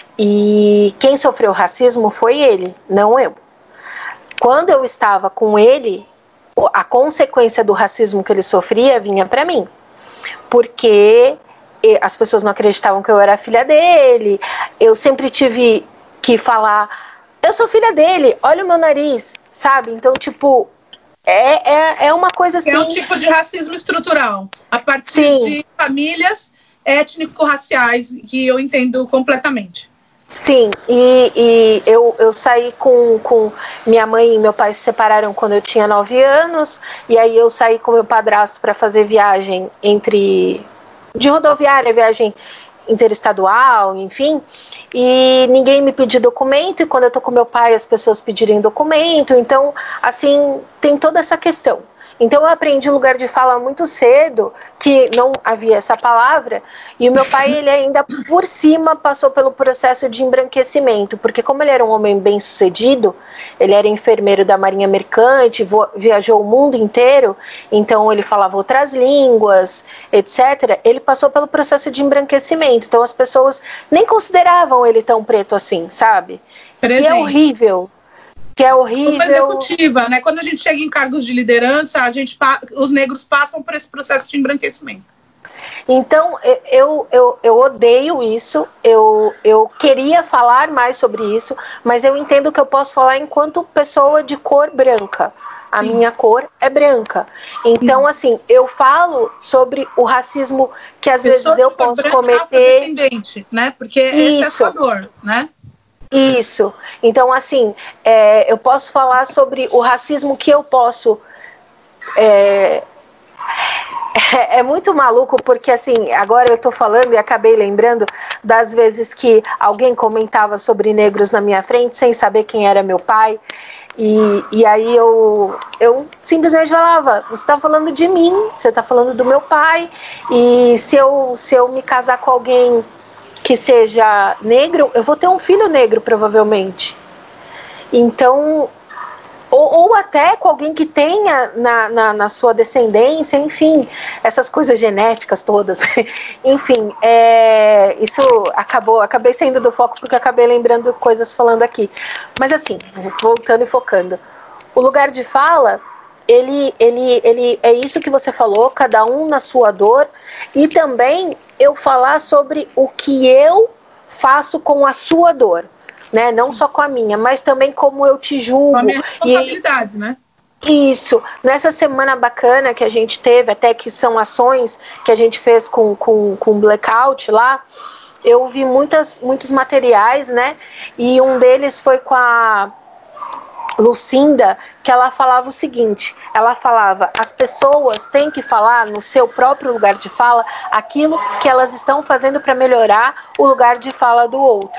E quem sofreu racismo foi ele, não eu. Quando eu estava com ele, a consequência do racismo que ele sofria vinha para mim. Porque as pessoas não acreditavam que eu era filha dele. Eu sempre tive que falar, eu sou filha dele, olha o meu nariz, sabe? Então, tipo, é, é, é uma coisa assim...
É um tipo de racismo estrutural, a partir Sim. de famílias étnico-raciais, que eu entendo completamente.
Sim, e, e eu, eu saí com, com... Minha mãe e meu pai se separaram quando eu tinha nove anos, e aí eu saí com meu padrasto para fazer viagem entre... de rodoviária, viagem interestadual, enfim, e ninguém me pediu documento, e quando eu tô com meu pai as pessoas pedirem documento, então, assim, tem toda essa questão. Então eu aprendi lugar de fala muito cedo, que não havia essa palavra, e o meu pai, ele ainda por cima passou pelo processo de embranquecimento, porque como ele era um homem bem sucedido, ele era enfermeiro da Marinha Mercante, viajou o mundo inteiro, então ele falava outras línguas, etcétera. Ele passou pelo processo de embranquecimento, então as pessoas nem consideravam ele tão preto assim, sabe?
Presente.
Que é horrível. Que é horrível.
Uma executiva, né? Quando a gente chega em cargos de liderança, a gente, os negros passam por esse processo de embranquecimento.
Então, eu, eu, eu odeio isso, eu, eu queria falar mais sobre isso, mas eu entendo que eu posso falar enquanto pessoa de cor branca. A Sim. minha cor é branca. Então, Sim. assim, eu falo sobre o racismo que às pessoa vezes eu posso cometer.
Né? Porque essa é a sua dor, né?
Isso. Então, assim, é, eu posso falar sobre o racismo que eu posso... É, é, é muito maluco, porque, assim, agora eu tô falando e acabei lembrando das vezes que alguém comentava sobre negros na minha frente, sem saber quem era meu pai, e, e aí eu, eu simplesmente falava, você tá falando de mim, você tá falando do meu pai, e se eu, se eu me casar com alguém... que seja negro, eu vou ter um filho negro, provavelmente. Então, ou, ou até com alguém que tenha na, na, na sua descendência, enfim, essas coisas genéticas todas. Enfim, é, isso acabou, acabei saindo do foco porque acabei lembrando coisas falando aqui. Mas assim, voltando e focando. O lugar de fala... Ele, ele, ele é isso que você falou, cada um na sua dor, e também eu falar sobre o que eu faço com a sua dor, né? Não só com a minha, mas também como eu te julgo. Com a
minha responsabilidade, e, né?
Isso. Nessa semana bacana que a gente teve, até que são ações que a gente fez com, com, com Blackout lá, eu vi muitas, muitos materiais, né? E um deles foi com a Lucinda, que ela falava o seguinte, ela falava, as pessoas têm que falar no seu próprio lugar de fala aquilo que elas estão fazendo para melhorar o lugar de fala do outro.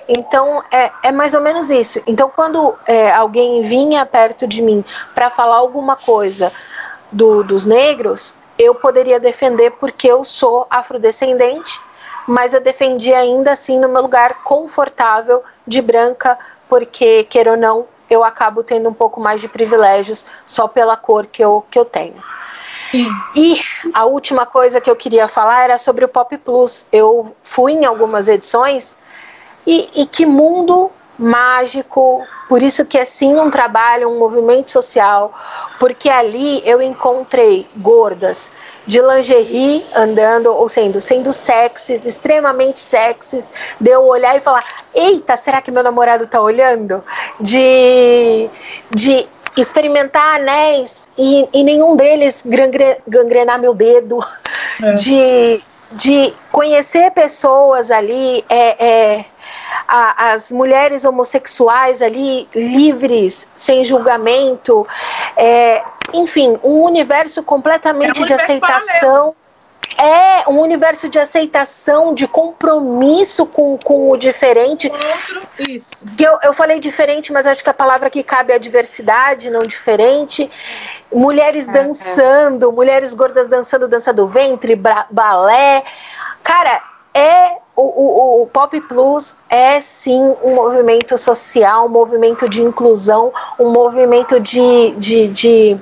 Então, é, é mais ou menos isso. Então, quando é, alguém vinha perto de mim para falar alguma coisa do, dos negros, eu poderia defender porque eu sou afrodescendente, mas eu defendi ainda assim no meu lugar confortável de branca, porque, queira ou não, eu acabo tendo um pouco mais de privilégios só pela cor que eu, que eu tenho. Sim. E a última coisa que eu queria falar era sobre o Pop Plus. Eu fui em algumas edições e, e que mundo mágico, por isso que é sim um trabalho, um movimento social, porque ali eu encontrei gordas de lingerie andando, ou sendo, sendo sexys, extremamente sexys, de eu olhar e falar, eita, será que meu namorado tá olhando? De, de experimentar anéis e, e nenhum deles gangre, gangrenar meu dedo, é. de, de conhecer pessoas ali, é, é, a, as mulheres homossexuais ali livres, sem julgamento, é, enfim, um universo completamente é um de universo aceitação. Paralelo. É um universo de aceitação, de compromisso com, com o diferente.
Outro, isso.
Que eu, eu falei diferente, mas acho que a palavra que cabe é diversidade, não diferente. Mulheres é, dançando, é. mulheres gordas dançando, dança do ventre, bra, balé. Cara, é o, o, o Pop Plus é sim um movimento social, um movimento de inclusão, um movimento de... de, de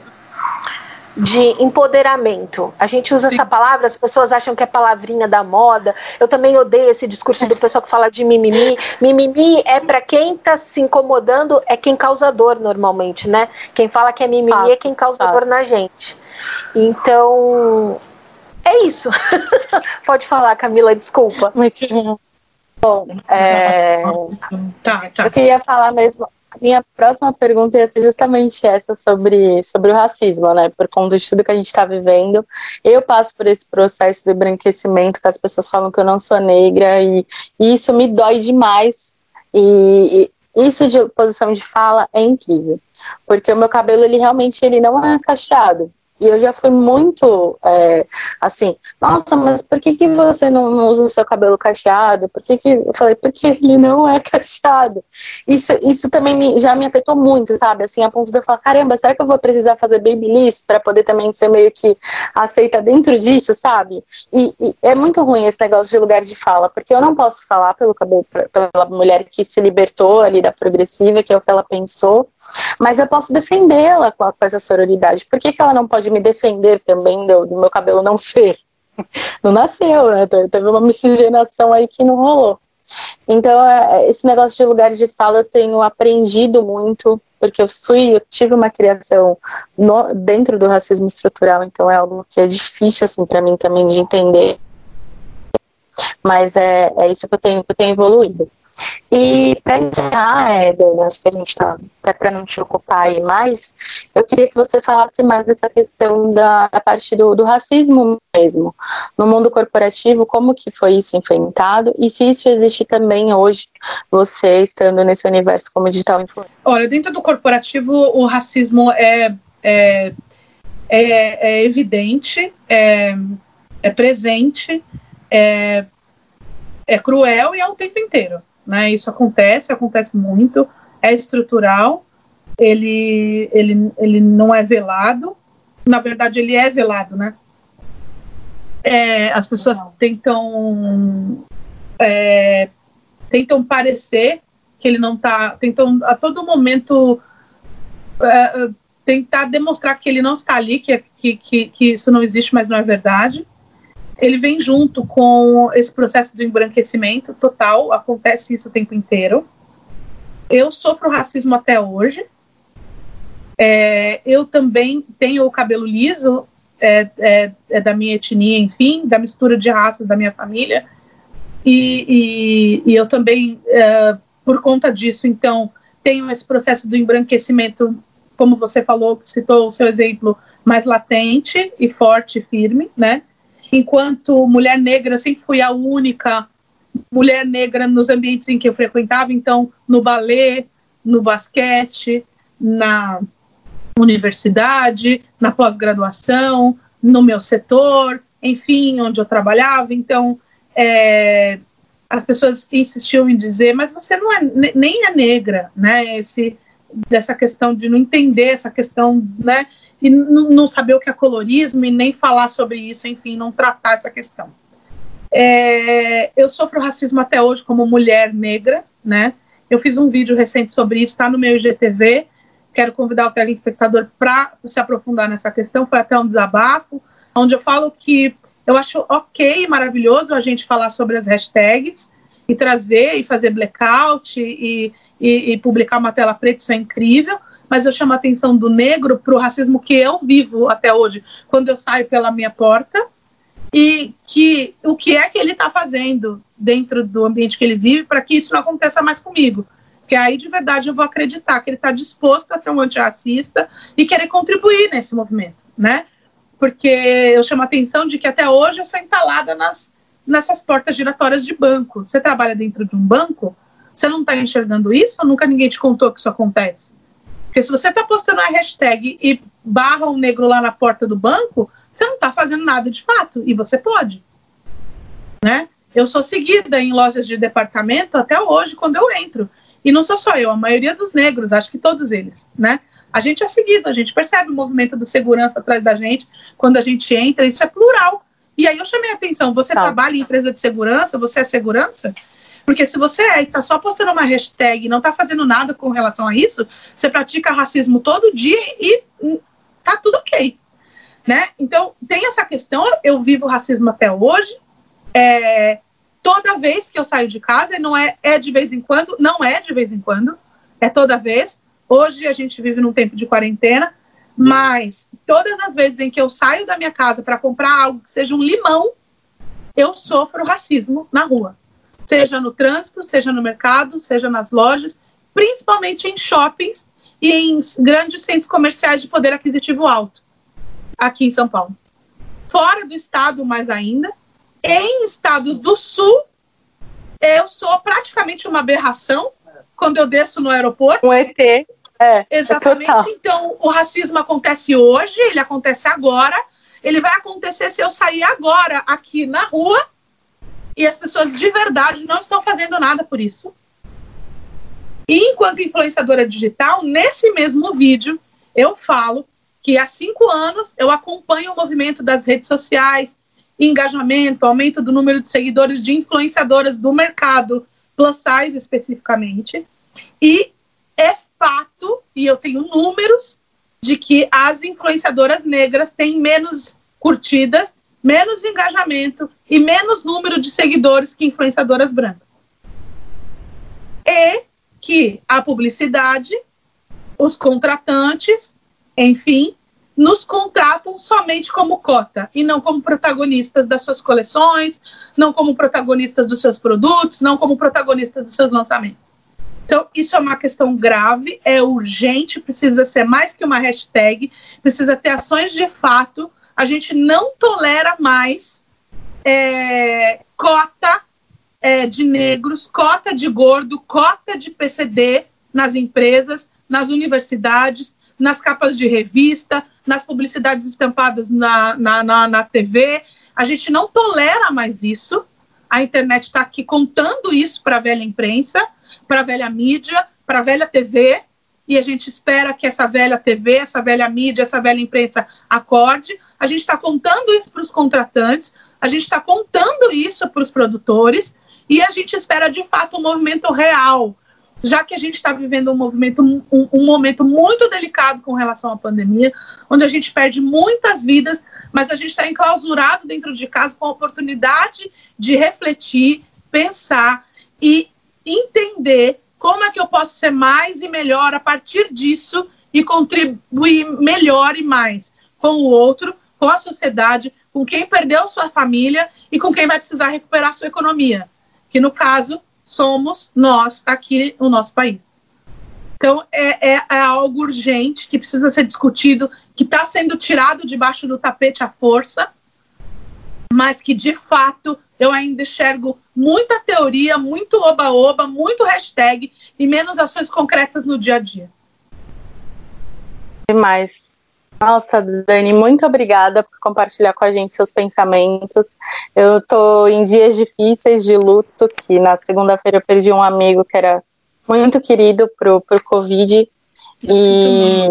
de empoderamento. A gente usa Sim. essa palavra, as pessoas acham que é palavrinha da moda. Eu também odeio esse discurso do pessoal que fala de mimimi. Mimimi é para quem tá se incomodando, é quem causa dor normalmente, né? Quem fala que é mimimi ah, é quem causa ah. dor na gente. Então, é isso. Pode falar, Camila, desculpa.
Bom, é...
tá, tá.
eu queria falar mesmo. Minha próxima pergunta ia ser justamente essa sobre, sobre o racismo, né? Por conta de tudo que a gente está vivendo. Eu passo por esse processo de embranquecimento, que as pessoas falam que eu não sou negra, e, e isso me dói demais. E, e isso de posição de fala é incrível. Porque o meu cabelo, ele realmente ele não é cacheado. E eu já fui muito, é, assim, nossa, mas por que, que você não, não usa o seu cabelo cacheado? Por que que... Eu falei, porque ele não é cacheado. Isso, isso também me, já me afetou muito, sabe? Assim, a ponto de eu falar, caramba, será que eu vou precisar fazer babyliss para poder também ser meio que aceita dentro disso, sabe? E, e é muito ruim esse negócio de lugar de fala, porque eu não posso falar pelo cabelo, pela mulher que se libertou ali da progressiva, que é o que ela pensou, mas eu posso defendê-la com, com essa sororidade. Por que que ela não pode me defender também do, do meu cabelo não ser? Não nasceu, né? Teve uma miscigenação aí que não rolou. Então, esse negócio de lugar de fala eu tenho aprendido muito, porque eu fui, eu tive uma criação no, dentro do racismo estrutural, então é algo que é difícil, assim, para mim também de entender. Mas é, é isso que eu tenho, que eu tenho evoluído. E para encerrar, Éder, acho que a gente está, até para não te ocupar aí mais, eu queria que você falasse mais dessa questão da, da parte do, do racismo mesmo, no mundo corporativo, como que foi isso enfrentado, e se isso existe também hoje, você estando nesse universo como digital influencer.
Olha, dentro do corporativo, o racismo é, é, é, é evidente, é, é presente, é, é cruel e é o tempo inteiro. Né, isso acontece, acontece muito, é estrutural, ele, ele, ele não é velado, na verdade ele é velado, né? É, as pessoas não. tentam é, tentam parecer que ele não está, tentam a todo momento é, tentar demonstrar que ele não está ali, que, que, que, que isso não existe, mas não é verdade. Ele vem junto com esse processo do embranquecimento total, acontece isso o tempo inteiro. Eu sofro racismo até hoje. É, eu também tenho o cabelo liso, é, é, é da minha etnia, enfim, da mistura de raças da minha família. E, e, e eu também, é, por conta disso, então, tenho esse processo do embranquecimento, como você falou, citou o seu exemplo, mais latente e forte e firme, né? Enquanto mulher negra, eu sempre fui a única mulher negra nos ambientes em que eu frequentava, então no balé, no basquete, na universidade, na pós-graduação, no meu setor, enfim, onde eu trabalhava. Então, é, as pessoas insistiam em dizer, mas você não é, nem é negra, né? Esse, dessa questão de não entender essa questão, né? E não saber o que é colorismo e nem falar sobre isso, enfim, não tratar essa questão. É, eu sofro racismo até hoje como mulher negra, né? Eu fiz um vídeo recente sobre isso, está no meu I G T V. Quero convidar o telespectador para se aprofundar nessa questão. Foi até um desabafo, onde eu falo que eu acho ok, maravilhoso a gente falar sobre as hashtags e trazer e fazer blackout e, e, e publicar uma tela preta, isso é incrível, mas eu chamo a atenção do negro para o racismo que eu vivo até hoje, quando eu saio pela minha porta, e que o que é que ele está fazendo dentro do ambiente que ele vive para que isso não aconteça mais comigo. Porque aí, de verdade, eu vou acreditar que ele está disposto a ser um antirracista e querer contribuir nesse movimento, né? Porque eu chamo a atenção de que até hoje eu sou entalada nas, nessas portas giratórias de banco. Você trabalha dentro de um banco, você não está enxergando isso ou nunca ninguém te contou que isso acontece? Porque se você está postando a hashtag e barra um negro lá na porta do banco, você não está fazendo nada de fato, e você pode, né? Eu sou seguida em lojas de departamento até hoje, quando eu entro. E não sou só eu, a maioria dos negros, acho que todos eles, né? A gente é seguido, a gente percebe o movimento do segurança atrás da gente, quando a gente entra, isso é plural. E aí eu chamei a atenção, você tá. trabalha em empresa de segurança, você é segurança? Porque se você é e está só postando uma hashtag e não está fazendo nada com relação a isso, você pratica racismo todo dia e tá tudo ok, né? Então, tem essa questão, eu vivo racismo até hoje, é, toda vez que eu saio de casa, e não é, é de vez em quando, não é de vez em quando, é toda vez. Hoje a gente vive num tempo de quarentena, mas todas as vezes em que eu saio da minha casa para comprar algo que seja um limão, eu sofro racismo na rua. Seja no trânsito, seja no mercado, seja nas lojas, principalmente em shoppings e em grandes centros comerciais de poder aquisitivo alto, aqui em São Paulo. Fora do estado, mais ainda, em estados do sul, eu sou praticamente uma aberração quando eu desço no aeroporto.
Um E T. É,
exatamente. É então, o racismo acontece hoje, ele acontece agora, ele vai acontecer se eu sair agora aqui na rua e as pessoas de verdade não estão fazendo nada por isso. E enquanto influenciadora digital, nesse mesmo vídeo, eu falo que há cinco anos eu acompanho o movimento das redes sociais, engajamento, aumento do número de seguidores de influenciadoras do mercado plus size especificamente, e é fato, e eu tenho números, de que as influenciadoras negras têm menos curtidas, menos engajamento e menos número de seguidores que influenciadoras brancas. E que a publicidade, os contratantes, enfim, nos contratam somente como cota e não como protagonistas das suas coleções, não como protagonistas dos seus produtos, não como protagonistas dos seus lançamentos. Então, isso é uma questão grave, é urgente, precisa ser mais que uma hashtag, precisa ter ações de fato. A gente não tolera mais é, cota é, de negros, cota de gordo, cota de P C D nas empresas, nas universidades, nas capas de revista, nas publicidades estampadas na, na, na, na T V. A gente não tolera mais isso. A internet está aqui contando isso para a velha imprensa, para a velha mídia, para a velha T V, e a gente espera que essa velha T V, essa velha mídia, essa velha imprensa acorde. A gente está contando isso para os contratantes, a gente está contando isso para os produtores, e a gente espera, de fato, um movimento real, já que a gente está vivendo um, movimento, um, um momento muito delicado com relação à pandemia, onde a gente perde muitas vidas, mas a gente está enclausurado dentro de casa com a oportunidade de refletir, pensar e entender como é que eu posso ser mais e melhor a partir disso e contribuir melhor e mais com o outro, com a sociedade, com quem perdeu sua família e com quem vai precisar recuperar sua economia, que no caso somos nós aqui no nosso país. Então é, é, é algo urgente que precisa ser discutido, que está sendo tirado debaixo do tapete à força, mas que de fato eu ainda enxergo muita teoria, muito oba-oba, muito hashtag e menos ações concretas no dia a dia.
Demais. Nossa, Dani, muito obrigada por compartilhar com a gente seus pensamentos. Eu tô em dias difíceis de luto, que na segunda-feira eu perdi um amigo que era muito querido pro, pro Covid. E,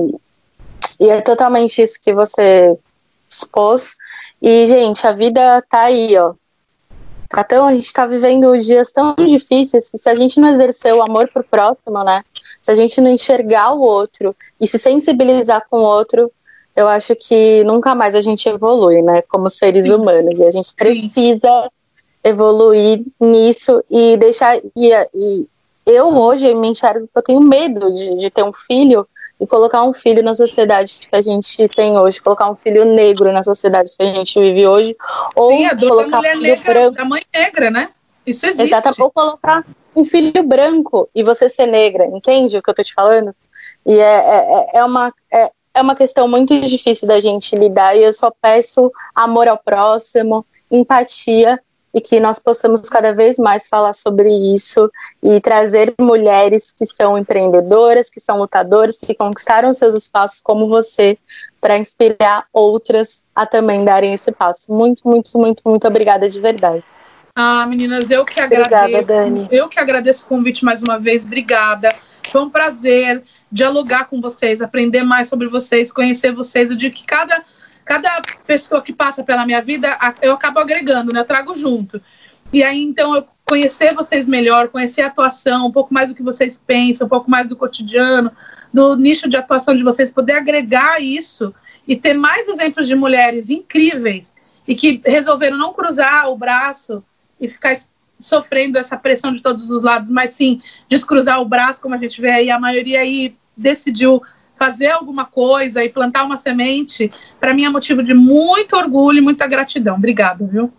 e é totalmente isso que você expôs. E, gente, a vida tá aí, ó. Tá tão, a gente tá vivendo dias tão difíceis que se a gente não exercer o amor pro próximo, né? Se a gente não enxergar o outro e se sensibilizar com o outro, eu acho que nunca mais a gente evolui, né? Como seres Sim. humanos. E a gente precisa Sim. evoluir nisso e deixar... E, e eu hoje me enxergo que eu tenho medo de, de ter um filho e colocar um filho na sociedade que a gente tem hoje, colocar um filho negro na sociedade que a gente vive hoje, ou Sim, a dor colocar da mulher um filho
negra,
branco.
Da mãe negra, né? Isso existe.
Exatamente, ou colocar um filho branco e você ser negra, entende o que eu tô te falando? E é, é, é, uma, é, é uma questão muito difícil da gente lidar, e eu só peço amor ao próximo, empatia, e que nós possamos cada vez mais falar sobre isso e trazer mulheres que são empreendedoras, que são lutadoras, que conquistaram seus espaços como você, para inspirar outras a também darem esse passo. Muito, muito, muito, muito obrigada de verdade.
Ah, meninas, eu que agradeço.
Obrigada, Dani.
Eu que agradeço o convite mais uma vez. Obrigada. Foi um prazer dialogar com vocês, aprender mais sobre vocês, conhecer vocês. Eu digo que cada... Cada pessoa que passa pela minha vida, eu acabo agregando, né? Eu trago junto. E aí, então, eu conhecer vocês melhor, conhecer a atuação, um pouco mais do que vocês pensam, um pouco mais do cotidiano, do nicho de atuação de vocês, poder agregar isso e ter mais exemplos de mulheres incríveis e que resolveram não cruzar o braço e ficar sofrendo essa pressão de todos os lados, mas sim descruzar o braço, como a gente vê aí, a maioria aí decidiu fazer alguma coisa e plantar uma semente, para mim é motivo de muito orgulho e muita gratidão. Obrigada, viu?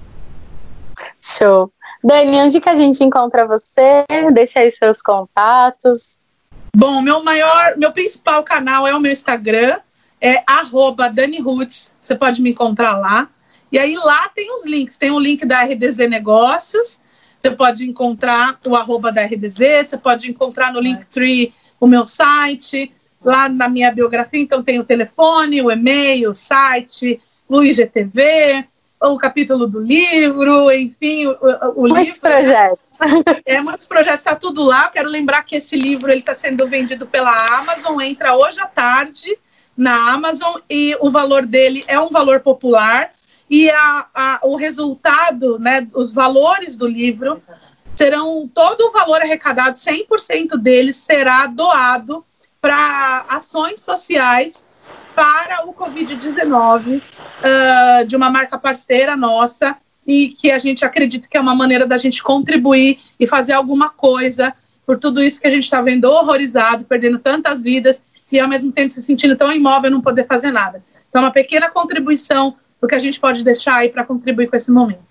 Show. Dani, onde que a gente encontra você? Deixa aí seus contatos.
Bom, meu maior, meu principal canal é o meu Instagram, é arroba Dani Roots, você pode me encontrar lá. E aí lá tem os links, tem o link da R D Z Negócios, você pode encontrar o arroba da R D Z, você pode encontrar no Linktree o meu site. Lá na minha biografia, então, tem o telefone, o e-mail, o site, o I G T V, o capítulo do livro, enfim, o, o
muitos
livro...
projetos.
É, muitos projetos, está tudo lá. Eu quero lembrar que esse livro está sendo vendido pela Amazon, entra hoje à tarde na Amazon, e o valor dele é um valor popular, e a, a, o resultado, né, os valores do livro, serão, todo o valor arrecadado, cem por cento dele será doado para ações sociais para o covid dezenove, uh, de uma marca parceira nossa, e que a gente acredita que é uma maneira da gente contribuir e fazer alguma coisa por tudo isso que a gente está vendo horrorizado, perdendo tantas vidas e ao mesmo tempo se sentindo tão imóvel, não poder fazer nada. Então, uma pequena contribuição do que a gente pode deixar aí para contribuir com esse momento.